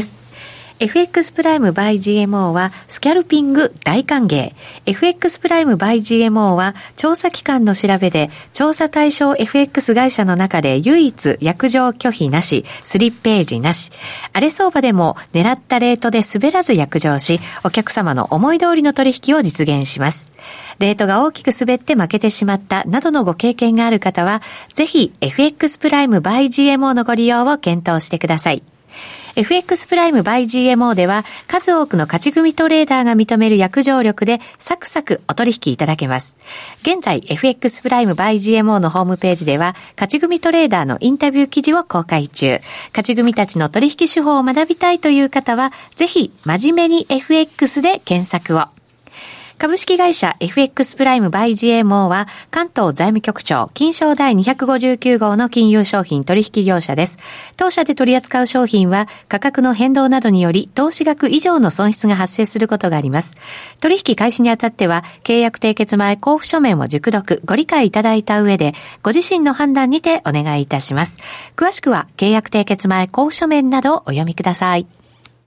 。FX プライム by GMO はスキャルピング大歓迎。FX プライム by GMO は調査機関の調べで調査対象 FX 会社の中で唯一約定拒否なし、スリッページなし。荒れ相場でも狙ったレートで滑らず約定し、お客様の思い通りの取引を実現します。レートが大きく滑って負けてしまったなどのご経験がある方は、ぜひ FX プライム by GMO のご利用を検討してください。FX プライム by GMO では数多くの勝ち組トレーダーが認める約定力でサクサクお取引いただけます。現在 FX プライム by GMO のホームページでは勝ち組トレーダーのインタビュー記事を公開中。勝ち組たちの取引手法を学びたいという方はぜひ真面目に FX で検索を。 株式会社 FX プライムバイ GMO は関東財務局長金商第259号の金融商品取引業者です。当社で取り扱う商品は価格の変動などにより投資額以上の損失が発生することがあります。取引開始にあたっては契約締結前交付書面を熟読ご理解いただいた上でご自身の判断にてお願いいたします。詳しくは契約締結前交付書面などをお読みください。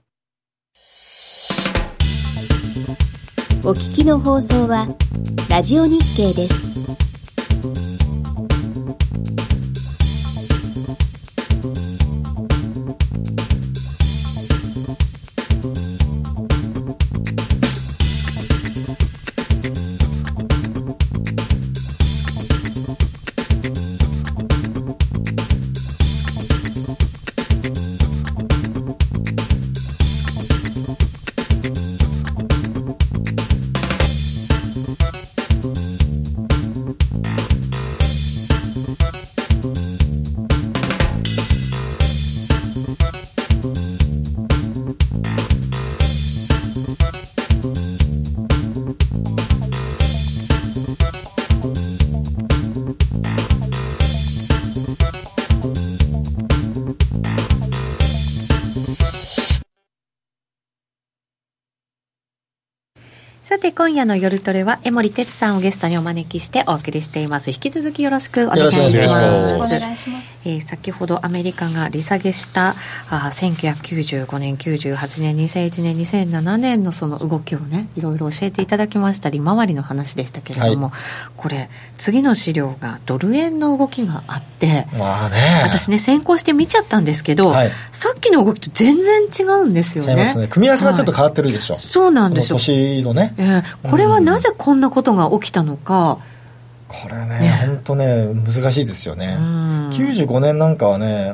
お聞きの放送はラジオ日経です。 さて今夜の夜トレは江森哲さんをゲストにお招きしてお送りしています。引き続きよろしくお願いします。 お願いします。 先ほどアメリカが利下げした1995年98年2001年2007年のその動きをねいろいろ教えていただきました利回りの話でしたけれども、これ次の資料がドル円の動きがあって、私ね先行して見ちゃったんですけど、さっきの動きと全然違うんですよね。 違いますね。組み合わせがちょっと変わってるでしょ。 そうなんですよ。 その年のね、 これはなぜこんなことが起きたのか、 これね本当ね難しいですよね。95年なんかはね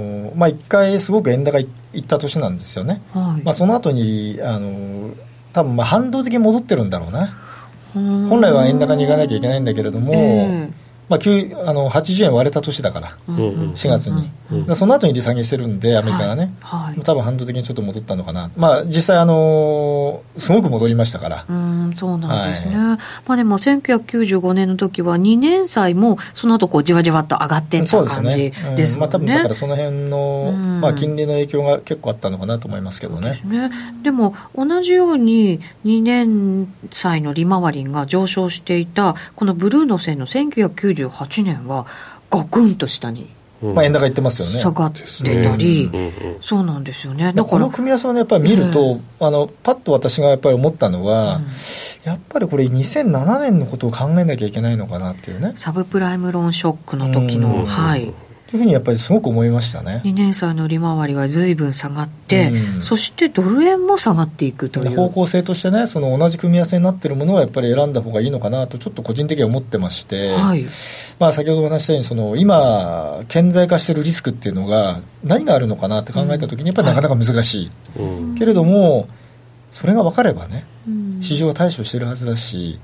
1回すごく円高いった年なんですよね。その後に多分半導体に戻ってるんだろうな。本来は円高に行かなきゃいけないんだけれども、80円割れた年だから、4月に、その後に利下げしてるんでアメリカがね、多分半導的にちょっと戻ったのかな。実際すごく戻りましたから。 そうなんですね。でも1995年の時は2年債もその後こうじわじわっと上がっていった感じですもんね。多分だからその辺の、金利の影響が結構あったのかなと思いますけどね。 でも同じように2年債の利回りが上昇していたこのブルーの線の1998年はガクンと下に円高いってますよね。 下がってたり、そうなんですよね。だからこの組み合わせを、ね、やっぱり見ると、パッと私がやっぱり思ったのは、やっぱりこれ2007年のことを考えなきゃいけないのかなっていうね。 サブプライムローンショックの時の、 というふうにやっぱりすごく思いましたね。 2年債の利回りは随分下がって、そしてドル円も下がっていくという方向性としてね、その同じ組み合わせになっているものはやっぱり選んだ方がいいのかなとちょっと個人的には思ってまして、先ほどお話したように今顕在化しているリスクっていうのが何があるのかなって考えたときにやっぱりなかなか難しい、けれどもそれが分かればね、市場は対処しているはずだし、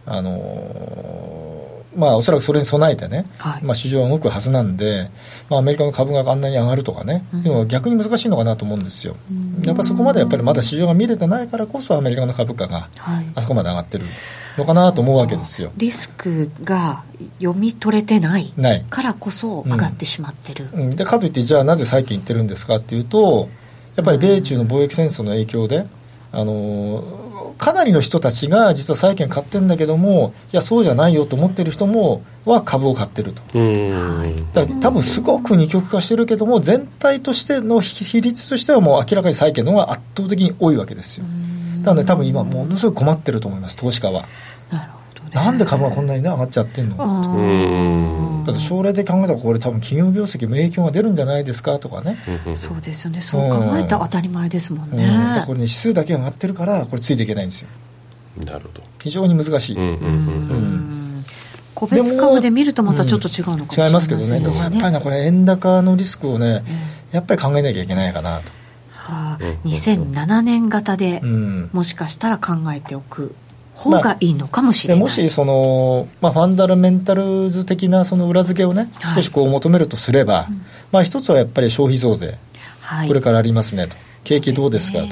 おそらくそれに備えてね、市場は動くはずなんで、アメリカの株があんなに上がるとかね、でも逆に難しいのかなと思うんですよ。やっぱりそこまでやっぱりまだ市場が見れてないからこそアメリカの株価があそこまで上がってるのかなと思うわけですよ。 リスクが読み取れてないからこそ上がってしまってる、 でかといってじゃあなぜ最近言ってるんですかっていうと、やっぱり米中の貿易戦争の影響でかなりの人たちが実は債券買ってるんだけども、いやそうじゃないよと思ってる人もは株を買ってると。だから多分すごく二極化してるけども、全体としての比率としてはもう明らかに債券の方が圧倒的に多いわけですよ。なので多分今ものすごく困ってると思います、投資家は。なんで株がこんなに、ね、上がっちゃってんの。だって将来的に考えたらこれ多分企業業績も影響が出るんじゃないですかとかね。 そうですよね。そう考えたら当たり前ですもんね。 だからこれね、指数だけが上がってるからこれついていけないんですよ。 なるほど。 非常に難しい。 個別株で見るとまたちょっと違うのかもしれないですね。 違いますけどね。でもやっぱりね、これ円高のリスクをね、やっぱり考えなきゃいけないかなと。 2007年型でもしかしたら考えておく方がいいのかもしれない。 もしその、ファンダメンタルズ的なその裏付けをね、少しこう求めるとすれば、一つはやっぱり消費増税、これからありますねと、景気どうですかと、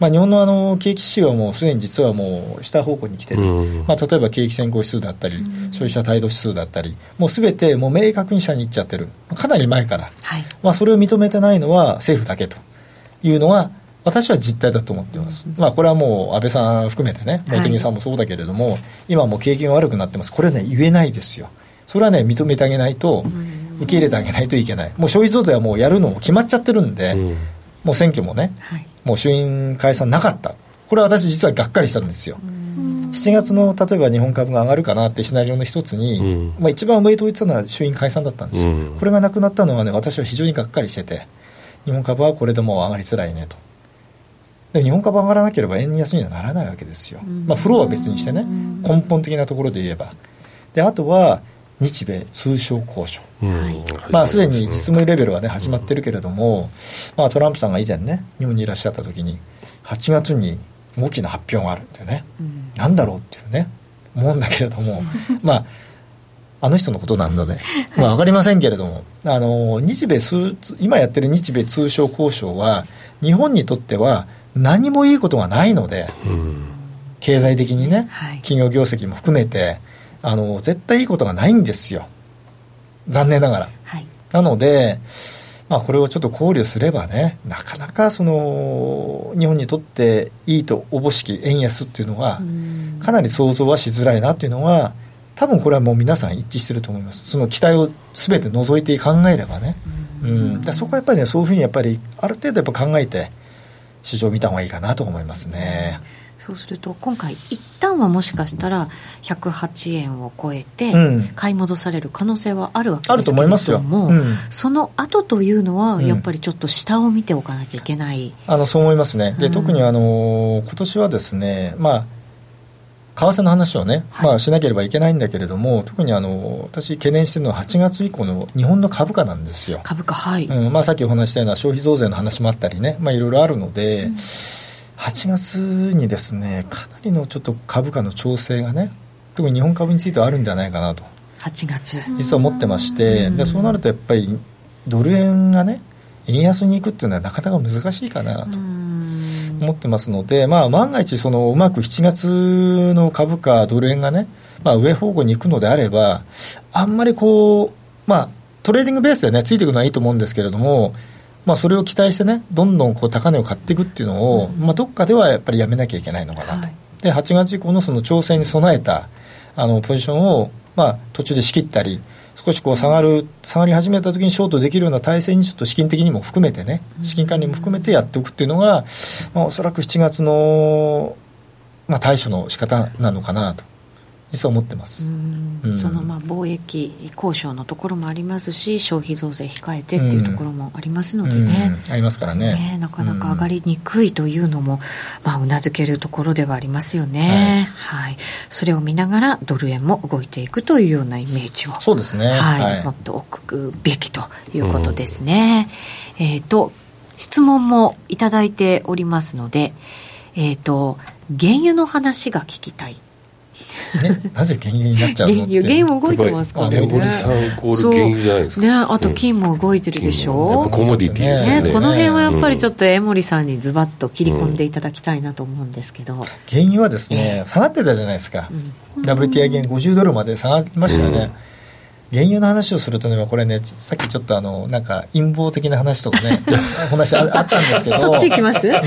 日本の景気指標はもうすでに実はもう下方向に来てる、例えば景気先行指数だったり、消費者態度指数だったり、もうすべてもう明確に下に行っちゃってる、かなり前から、それを認めてないのは政府だけというのは私は実態だと思っています、これはもう安倍さん含めてね、茂木さんもそうだけれども、今もう景気が悪くなってます。これね言えないですよ。それはね認めてあげないと、受け入れてあげないといけない。もう消費増税はもうやるのも決まっちゃってるんで、もう選挙もね、もう衆院解散なかった。これは私実はがっかりしたんですよ。7月の例えば日本株が上がるかなってシナリオの一つに、一番上と言ってたのは衆院解散だったんですよ、これがなくなったのはね、私は非常にがっかりしてて、日本株はこれでもう上がりづらいねと。で日本株上がらなければ円安にはならないわけですよ、フローは別にしてね、根本的なところで言えば。であとは日米通商交渉、すでに実務レベルはね始まってるけれども、トランプさんが以前ね日本にいらっしゃった時に8月に大きな発表があるってね、なんだろうっていうね思うんだけれどもあの人のことなんので、分かりませんけれども、今やってる日米通商交渉は日本にとっては何もいいことがないので、経済的にね、企業業績も含めて絶対いいことがないんですよ、残念ながら、なので、これをちょっと考慮すればね、なかなか日本にとっていいとおぼしき円安っていうのはかなり想像はしづらいなっていうのは、多分これはもう皆さん一致してると思います。その期待を全て除いて考えればね、そこはやっぱりね、そういうふうにやっぱりある程度やっぱ考えて市場を見た方がいいかなと思いますね。 そうすると今回一旦はもしかしたら108円を超えて買い戻される可能性はあるわけですけれども、あると思いますよ、その後というのはやっぱりちょっと下を見ておかなきゃいけない、 そう思いますね。で特に今年はですね、為替の話をね、しなければいけないんだけれども、特に私懸念しているのは8月以降の日本の株価なんですよ。 株価、さっきお話したような消費増税の話もあったりね、いろいろあるので、8月にですねかなりのちょっと株価の調整がね、特に日本株についてはあるんじゃないかなと 8月実は思ってまして、でそうなるとやっぱりドル円がね円安に行くっていうのはなかなか難しいかなと思ってますので、万が一うまく7月の株価ドル円がね、上方向に行くのであれば、あんまりトレーディングベースでねついていくのはいいと思うんですけれども、それを期待してねどんどん高値を買っていくっていうのを、どっかではやっぱりやめなきゃいけないのかなと、で8月以降のその調整に備えたポジションを、途中で仕切ったり、少し下がり始めた時にショートできるような体制にちょっと資金的にも含めてね、資金管理も含めてやっておくっていうのが、おそらく7月の、対処の仕方なのかなと実は思ってます。 その貿易交渉のところもありますし、消費増税控えてっていうところもありますのでね、 ありますからね、 なかなか上がりにくいというのも、うなずけるところではありますよね、それを見ながらドル円も動いていくというようなイメージを、 そうですね、 持っておくべきということですね。質問もいただいておりますので、原油の話が聞きたいなぜ原油になっちゃうのって。 原油動いてますからね。 森さんイコール原油じゃないですか、 ね、あと金も動いてるでしょ、 やっぱコモディティですよね。 この辺はやっぱりちょっと江森さんにズバッと切り込んでいただきたいなと思うんですけど、 原油はですね、下がってたじゃないですか、WTI 原50ドルまで下がりましたよね、原油の話をするとね、これね、さっきちょっとなんか陰謀的な話とかね話あったんですけどそっち行きますね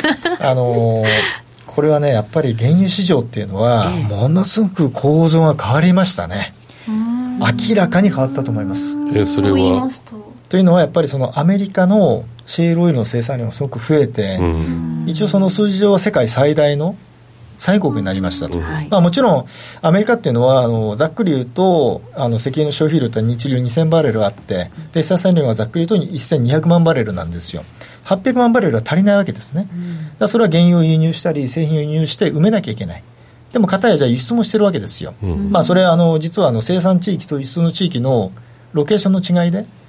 これはねやっぱり原油市場っていうのはものすごく構造が変わりましたね、明らかに変わったと思います。 それはというのはやっぱりアメリカのシェールオイルの生産量がすごく増えて、一応その数字上は世界最大の産油国になりましたと、もちろんアメリカっていうのはざっくり言うと石油の消費量って日量2000バレルあって、で生産量がざっくり言うと1200万バレルなんですよ。800万バレルは足りないわけですね。だからそれは原油を輸入したり製品を輸入して埋めなきゃいけない。でも片やじゃあ輸出もしてるわけですよ、それは実は生産地域と輸出の地域のロケーションの違いで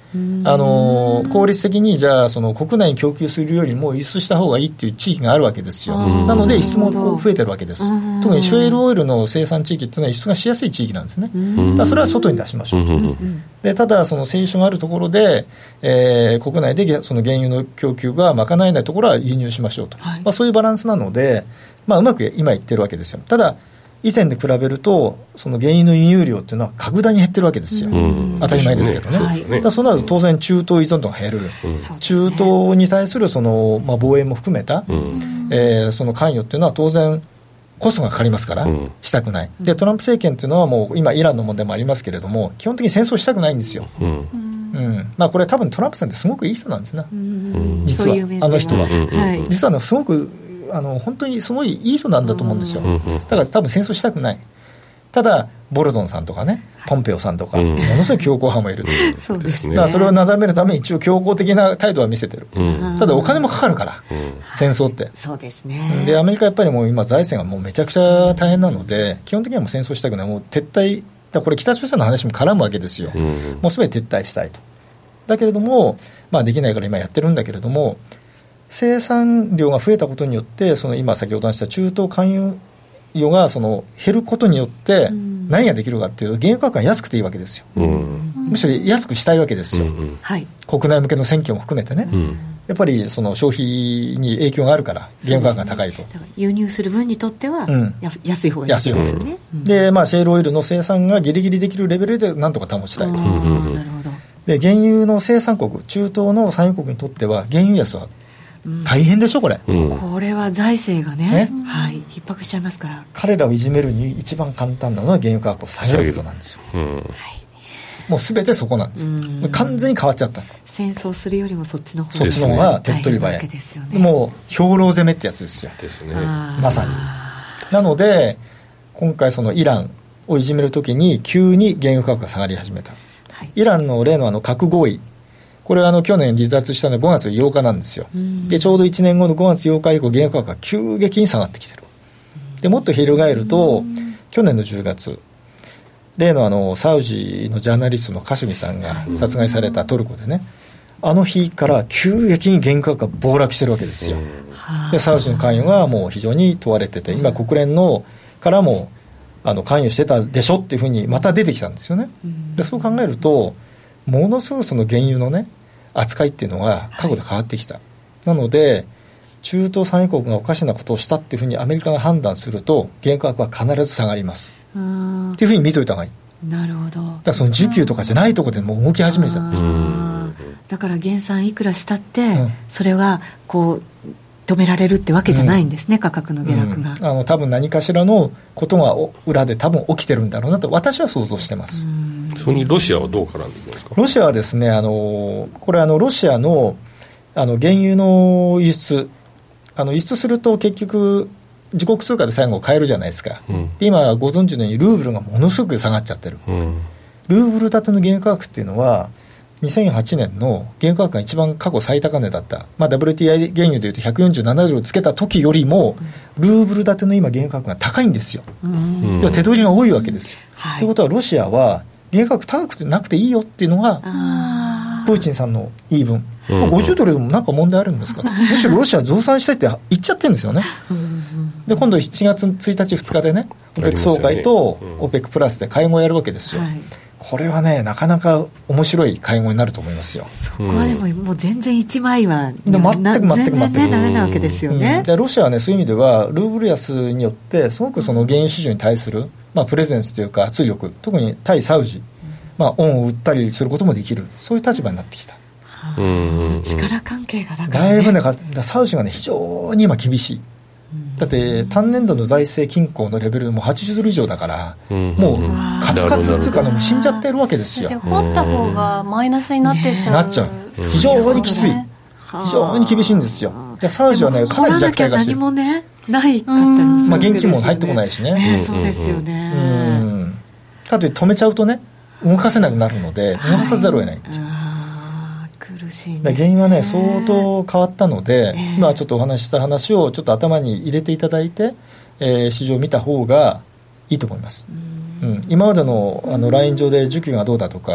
効率的にじゃあその国内に供給するよりも輸出した方がいいっていう地域があるわけですよ。なので輸出も増えてるわけです。特にシュエールオイルの生産地域っていうのは輸出がしやすい地域なんですね。だからそれは外に出しましょう。でただその製油があるところで、国内でその原油の供給が賄えないところは輸入しましょうと、そういうバランスなので、うまく今いってるわけですよ。ただ以前で比べるとその原油の輸入量っていうのは格段に減ってるわけですよ。当たり前ですけどね。だからそうなると当然中東依存度が減る、中東に対するその、防衛も含めた、その関与っていうのは当然コストがかかりますから、したくない。でトランプ政権っていうのはもう今イランの問題もありますけれども基本的に戦争したくないんですよ。これ多分トランプさんってすごくいい人なんですね。実はあの人は、実はすごく本当にすごいいい人なんだと思うんですよ。だから多分戦争したくない。ただボルドンさんとかね、ポンペオさんとか、ものすごい強硬派もいる。 そうですね。 だからそれをなだめるために一応強硬的な態度は見せてる。ただお金もかかるから、戦争って。 そうですね。 でアメリカやっぱりもう今財政がもうめちゃくちゃ大変なので、基本的にはもう戦争したくない。もう撤退だ。これ北朝鮮の話も絡むわけですよ。もうすべて撤退したいと。だけれども、できないから今やってるんだけれども、生産量が増えたことによってその今先ほど話した中東関与がその減ることによって何ができるかっていうと、原油価格が安くていいわけですよ。むしろ安くしたいわけですよ。国内向けの選挙も含めてね、やっぱりその消費に影響があるから原油価格が高いと。 輸入する分にとっては、安い方がいいですよね。 で、シェールオイルの生産がギリギリできるレベルでなんとか保ちたいと。なるほど。で原油の生産国、中東の産油国にとっては原油安は大変でしょこれ、 これは財政がね、逼迫しちゃいますから。 彼らをいじめるに一番簡単なのは原油価格を下げることなんですよ。もう全てそこなんです。完全に変わっちゃった。 戦争するよりもそっちの方が手っ取り早い。もう兵糧攻めってやつですよ。まさに。なので今回そのイランをいじめるときに急に原油価格が下がり始めた。イランの例の核合意、これは去年離脱したのは5月8日なんですよ。でちょうど1年後の5月8日以降原油価格が急激に下がってきてる。でもっと翻ると去年の10月例のサウジのジャーナリストのカシュミさんが殺害されたトルコでね、あの日から急激に原油価格が暴落してるわけですよ。でサウジの関与がもう非常に問われてて、今国連のからも関与してたでしょっていうふうにまた出てきたんですよね。でそう考えるとものすごくその原油のね扱いっていうのが過去で変わってきた。なので中東産油国がおかしなことをしたっていうふうにアメリカが判断すると原油価格は必ず下がりますっていうふうに見といた方がいい。 なるほど。だからその需給とかじゃないところでもう動き始めちゃって、 だから減産いくらしたって、それはこう止められるってわけじゃないんですね、価格の下落が。 多分何かしらのことが裏で多分起きてるんだろうなと私は想像してます。 そこにロシアはどう絡んでいくんですか。 ロシアはですね、これロシアの原油の輸出輸出すると結局自国通貨で最後買えるじゃないですか、で今ご存知のようにルーブルがものすごく下がっちゃってる、ルーブル建ての原油価格っていうのは2008年の原油価格が一番過去最高値だった、WTI 原油でいうと147ドルをつけた時よりもルーブル建ての今原油価格が高いんですよ。要は手取りが多いわけですよ。ということはロシアは原油価格高くてなくていいよっていうのがプーチンさんの言い分、50ドルでもなんか問題あるんですかと、むしろロシア増産したいって言っちゃってるんですよね。で今度7月1日2日でね OPEC 総会と OPEC プラスで会合をやるわけですよ。これはねなかなか面白い会合になると思いますよ。 そこはでも、もう全然一枚は全然ねダメなわけですよね。 でロシアはねそういう意味ではルーブル安によってすごくその原油市場に対する、プレゼンスというか圧力、特に対サウジ、恩を売ったりすることもできる、そういう立場になってきた。 力関係がだから、 だいぶねサウジがね非常に今厳しい。だって単年度の財政均衡のレベルでも80ドル以上だから、もうカツカツっていうか、もう死んじゃってるわけですよ。 じゃあ掘った方がマイナスになってっちゃう、 なっちゃう。非常にきつい、非常に厳しいんですよ。サウジはねかなり弱体化してる。 何もねないかったりする、 現金も入ってこないしね、 そうですよね。 かといって止めちゃうとね動かせなくなるので動かさざるを得ない。 苦しいんですね。 原因はね相当変わったので、今ちょっとお話しした話をちょっと頭に入れていただいて、市場を見た方がいいと思います。今までのライン上で需給がどうだとか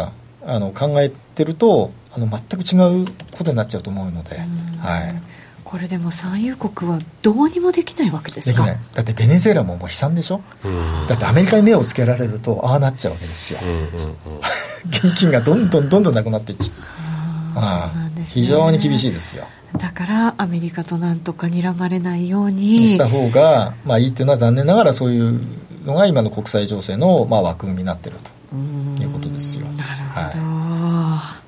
考えてると全く違うことになっちゃうと思うので、はい、 これでも産油国はどうにもできないわけですか。 できない。だってベネズエラももう悲惨でしょ、だってアメリカに目をつけられるとああなっちゃうわけですよ、現金がどんどんなくなっていっちゃう。そうなんですね、非常に厳しいですよ。 だからアメリカとなんとか睨まれないようにした方が、いいっていうのは残念ながらそういうのが今の国際情勢の、枠組みになっているということですよ。 なるほど、はい、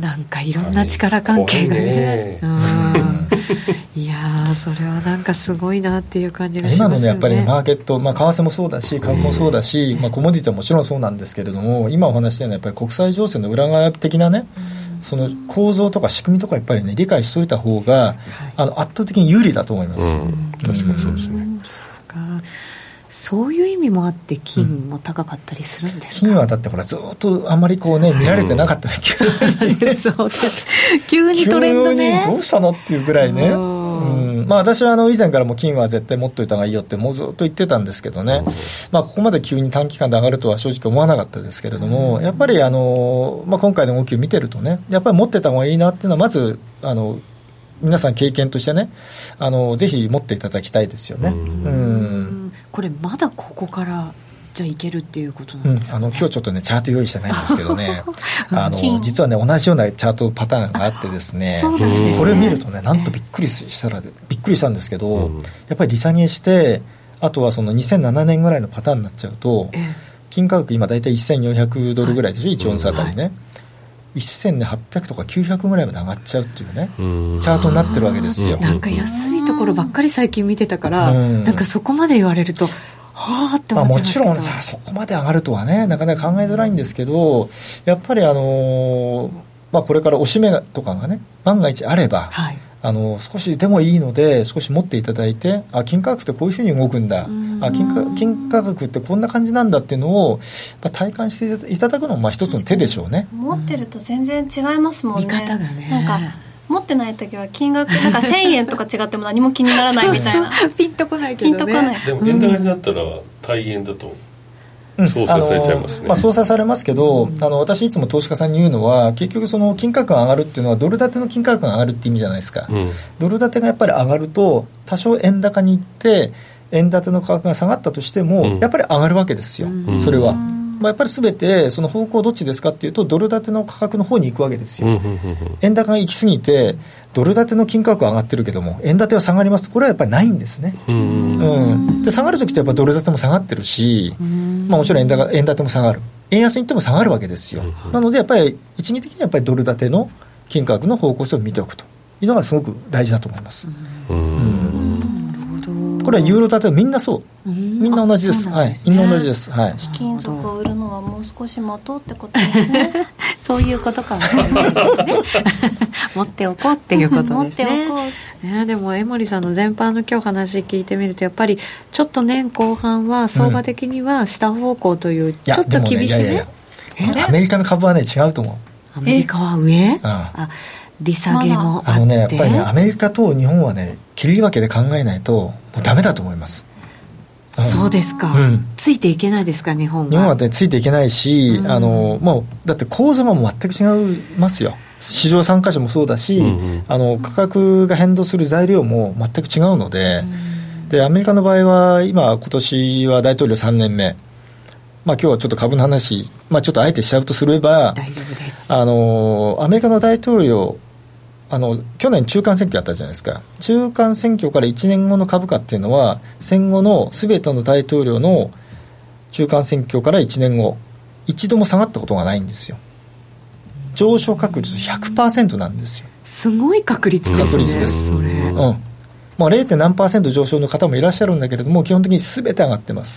なんかいろんな力関係がね、いやそれはなんかすごいなっていう感じがしますよね。 今のねやっぱりマーケット、為替もそうだし株もそうだし、コモディティはもちろんそうなんですけれども、今お話したようなやっぱり国際情勢の裏側的なね、その構造とか仕組みとかやっぱりね理解しておいた方が、圧倒的に有利だと思います。 確かにそうですね。 そういう意味もあって金も高かったりするんですか。 金はだってほらずっとあんまりこうね見られてなかったね、 そうです急にトレンドね、 急にどうしたのっていうぐらいね、私は以前からも金は絶対持っといた方がいいよってもうずっと言ってたんですけどね、ここまで急に短期間で上がるとは正直思わなかったですけれども、やっぱり今回の動きを見てるとね、やっぱり持ってた方がいいなっていうのはまず皆さん経験としてねぜひ持っていただきたいですよね。 これまだここからじゃあいけるっていうことなんですかね。 今日ちょっとねチャート用意してないんですけどね実はね同じようなチャートパターンがあってですねそうなんですね。 これ見るとねなんとびっくりしたんですけど、やっぱり利下げしてあとはその2007年ぐらいのパターンになっちゃうと、金価格今だいたい1400ドルぐらいでしょ、1オンスあたりね、1800とか900ぐらいまで上がっちゃうっていうねチャートになってるわけですよ。 なんか安いところばっかり最近見てたから、なんかそこまで言われるとはーって思っちゃいますけど、 もちろんさそこまで上がるとはねなかなか考えづらいんですけど、やっぱりこれから押し目とかがね万が一あれば、少しでもいいので少し持っていただいて、金価格ってこういうふうに動くんだ、金価格ってこんな感じなんだっていうのを体感していただくのも一つの手でしょうね。 持ってると全然違いますもんね。 見方がね、 なんか持ってない時は金額なんか1000円とか違っても何も気にならないみたいなピンとこないけどね。 ピンとこない。 でも円高になったら対円だと操作されちゃいますね。 操作されますけど、私いつも投資家さんに言うのは結局その金価格が上がるっていうのはドル建ての金価格が上がるって意味じゃないですか、ドル建てがやっぱり上がると多少円高に行って円建ての価格が下がったとしても、やっぱり上がるわけですよ、それは。やっぱり全てその方向どっちですかっていうとドル建ての価格の方に行くわけですよ、円高が行き過ぎてドル建ての金価格は上がってるけども円建ては下がりますとこれはやっぱりないんですね。で下がるときってやっぱドル建ても下がってるし、もちろん円建ても下がる、円安に行っても下がるわけですよ、なのでやっぱり一義的にやっぱりドル建ての金価格の方向性を見ておくというのがすごく大事だと思います。これはユーロ建てはみんなそうみんな同じです。みんな同じです。 貴金属を売るのはもう少し待とうってことですねそういうことかもしれないですね持っておこうっていうことですね。持っておこう、ね。でも江守さんの全般の今日話聞いてみるとやっぱりちょっと年後半は相場的には下方向というちょっと厳しいね。 アメリカの株はね違うと思う。 アメリカは上、利下げもあって、 やっぱりねアメリカと日本はね切り分けで考えないともうダメだと思います。 そうですか、ついていけないですか日本は。 日本は、ね、ついていけないし、もうだって構造がもう全く違いますよ。市場参加者もそうだし、価格が変動する材料も全く違うので、でアメリカの場合は今年は大統領3年目、今日はちょっと株の話、ちょっとあえてしちゃうとすれば大丈夫です。 アメリカの大統領去年中間選挙あったじゃないですか。中間選挙から1年後の株価っていうのは戦後の全ての大統領の中間選挙から1年後一度も下がったことがないんですよ。上昇確率 100% なんですよ。 すごい確率ですね。 確率です。それ、0. 何%上昇の方もいらっしゃるんだけれども基本的に全て上がってます、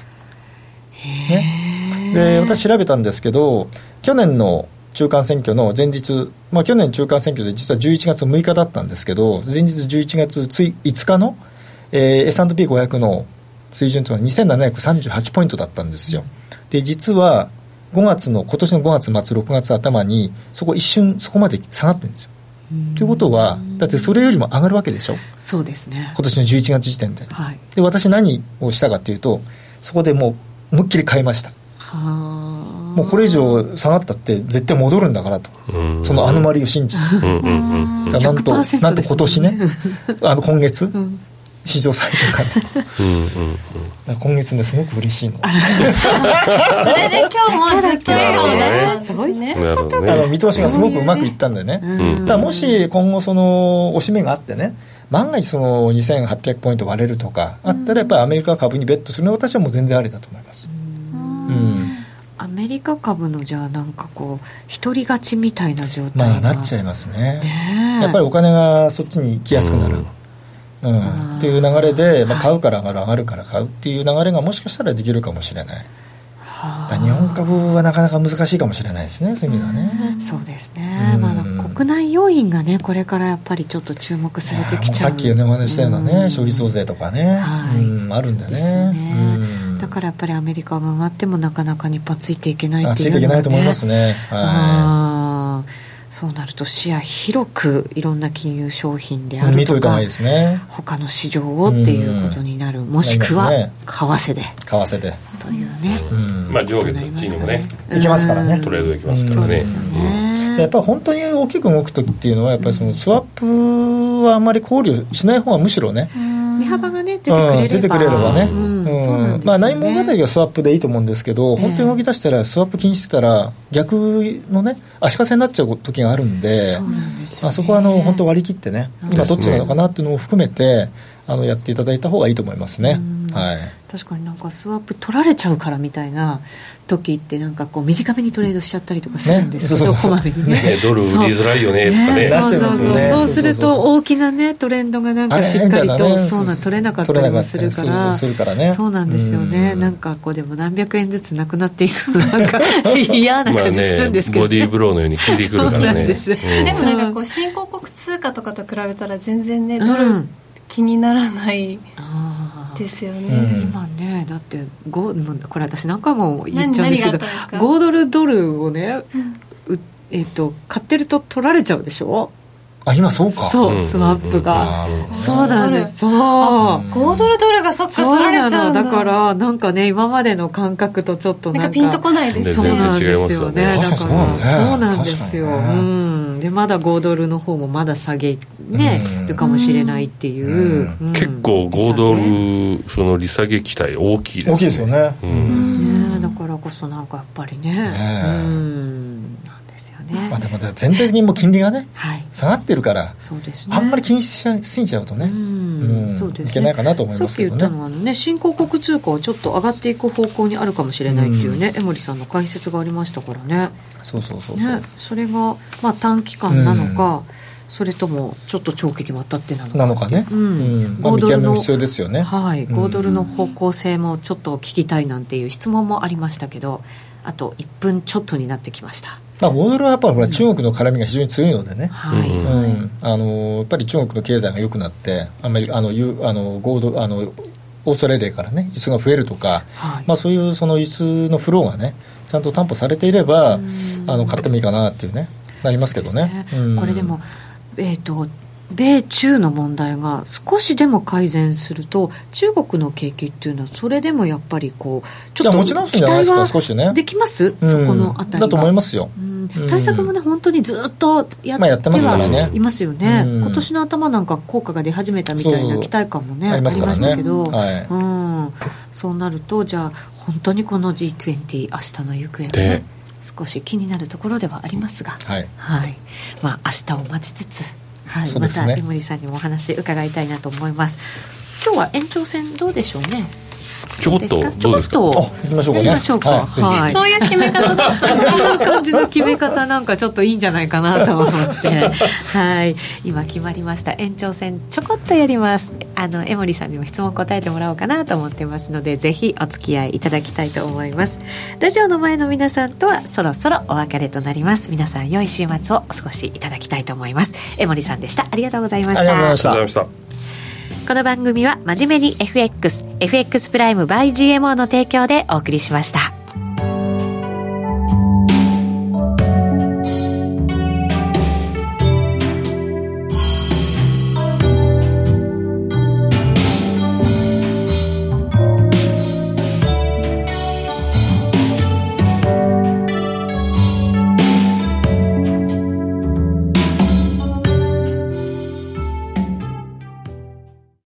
で私調べたんですけど去年の中間選挙の前日、去年中間選挙で実は11月6日だったんですけど前日11月5日の、S&P500 の水準というのは2738ポイントだったんですよ。で実は今年の5月末6月頭に一瞬そこまで下がってるんですよ。ということはだってそれよりも上がるわけでしょ。 そうですね。 今年の11月時点で、で私何をしたかというとそこでもう思いっきり買いました。 もうこれ以上下がったって絶対戻るんだからと、そのアノマリーを信じて、なんと今年ね今月、史上最高今月ねすごく嬉しいのそれで今日もずっと笑顔だすごいね、 見通しがすごくうまくいったんでね、だからもし今後その押し目があってね、万が一その2800ポイント割れるとかあったら、やっぱりアメリカ株にベットするのは私はもう全然ありだと思います。 アメリカ株のじゃあなんかこう一人勝ちみたいな状態がなっちゃいますね。やっぱりお金がそっちに来やすくなる、っていう流れで、買うから上がるから買うっていう流れがもしかしたらできるかもしれない。日本株はなかなか難しいかもしれないですね、そういう意味ではね。 そうですね、国内要因がねこれからやっぱりちょっと注目されてきちゃう。 さっきお話したようなね、消費増税とかね、あるんだね。 だからやっぱりアメリカが上がってもなかなかにパついていけないっていうのはね、 ついていけないと思いますね。 そうなると視野広くいろんな金融商品であるとか見といた方がいいですね、 他の市場をっていうことになる、もしくは為替でというね、 上下どっちにもねいけますからね、 トレードできますからね。 そうですよね。 やっぱり本当に大きく動くときっていうのはやっぱりそのスワップはあんまり考慮しない方がむしろね、 値幅がね出てくれればね、内門語りはスワップでいいと思うんですけど、本当に動き出したらスワップ気にしてたら逆のね足かせになっちゃう時があるんで、そこは本当割り切ってね、今どっちなのかなっていうのを含めてやっていただいた方がいいと思いますね。 確かになんかスワップ取られちゃうからみたいな時ってなんかこう短めにトレードしちゃったりとかするんですけど、こまめにねドル売りづらいよねとかね、 そうすると大きなねトレンドがなんかしっかりと取れなかったりもするから、そうなんですよね。なんかこうでも何百円ずつなくなっていくのなんか嫌な感じするんですけど、 ボディーブローのように効いてくるからね。 でもなんかこう新興国通貨とかと比べたら全然ねドル気にならないですよね。 今ねだってこれ私何回も言っちゃうんですけど、5ドルをね、買ってると取られちゃうでしょ。 今そうか。 そう、スワップがそうなんです。そう 5ドルがそっか取られちゃうんだ。 だからなんかね今までの感覚とちょっとなんかピンとこないです。 そうなんですよね。だからそうなんですよ。でまだ5ドルの方もまだ下げねるかもしれないっていう、 結構5ドルその利下げ期待大きいですね。 大きいですよね。 だからこそなんかやっぱりね。 でも全体的にもう金利がね、下がってるから、あんまり気にしすぎちゃうとね、いけないかなと思いますけどね。 さっき言ったのはね、新興国通貨はちょっと上がっていく方向にあるかもしれないっていうね、江森さんの解説がありましたからね。それが短期間なのか、それともちょっと長期にわたってなのかね、 見極めも必要ですよね。 5ドルの方向性もちょっと聞きたいなんていう質問もありましたけど、あと1分ちょっとになってきました。 5ドルはやっぱり中国の絡みが非常に強いのでね、やっぱり中国の経済が良くなってオーストラリアからね輸出が増えるとか、そういうその輸出のフローがねちゃんと担保されていれば買ってもいいかなっていうねなりますけどね。 これでも米中の問題が少しでも改善すると中国の景気っていうのはそれでもやっぱりこうちょっと期待はできます、そこのあたりはだと思いますよ。 対策もね本当にずっとやってはいますよね。今年の頭なんか効果が出始めたみたいな期待感もねありましたけど、そうなるとじゃあ本当にこの G20 明日の行方がね少し気になるところではありますが、明日を待ちつつ、また江森さんにもお話伺いたいなと思います。今日は延長戦どうでしょうね。 ちょこっとどうですか。 行きましょうかね。 そういう決め方だったそういう感じの決め方なんかちょっといいんじゃないかなと思って今決まりました。延長戦ちょこっとやります。江森さんにも質問答えてもらおうかなと思ってますので、ぜひお付き合いいただきたいと思います。ラジオの前の皆さんとはそろそろお別れとなります。皆さん良い週末をお過ごしいただきたいと思います。江森さんでした。ありがとうございました。 ありがとうございました。 この番組は真面目に FX プライム by GMO の提供でお送りしました。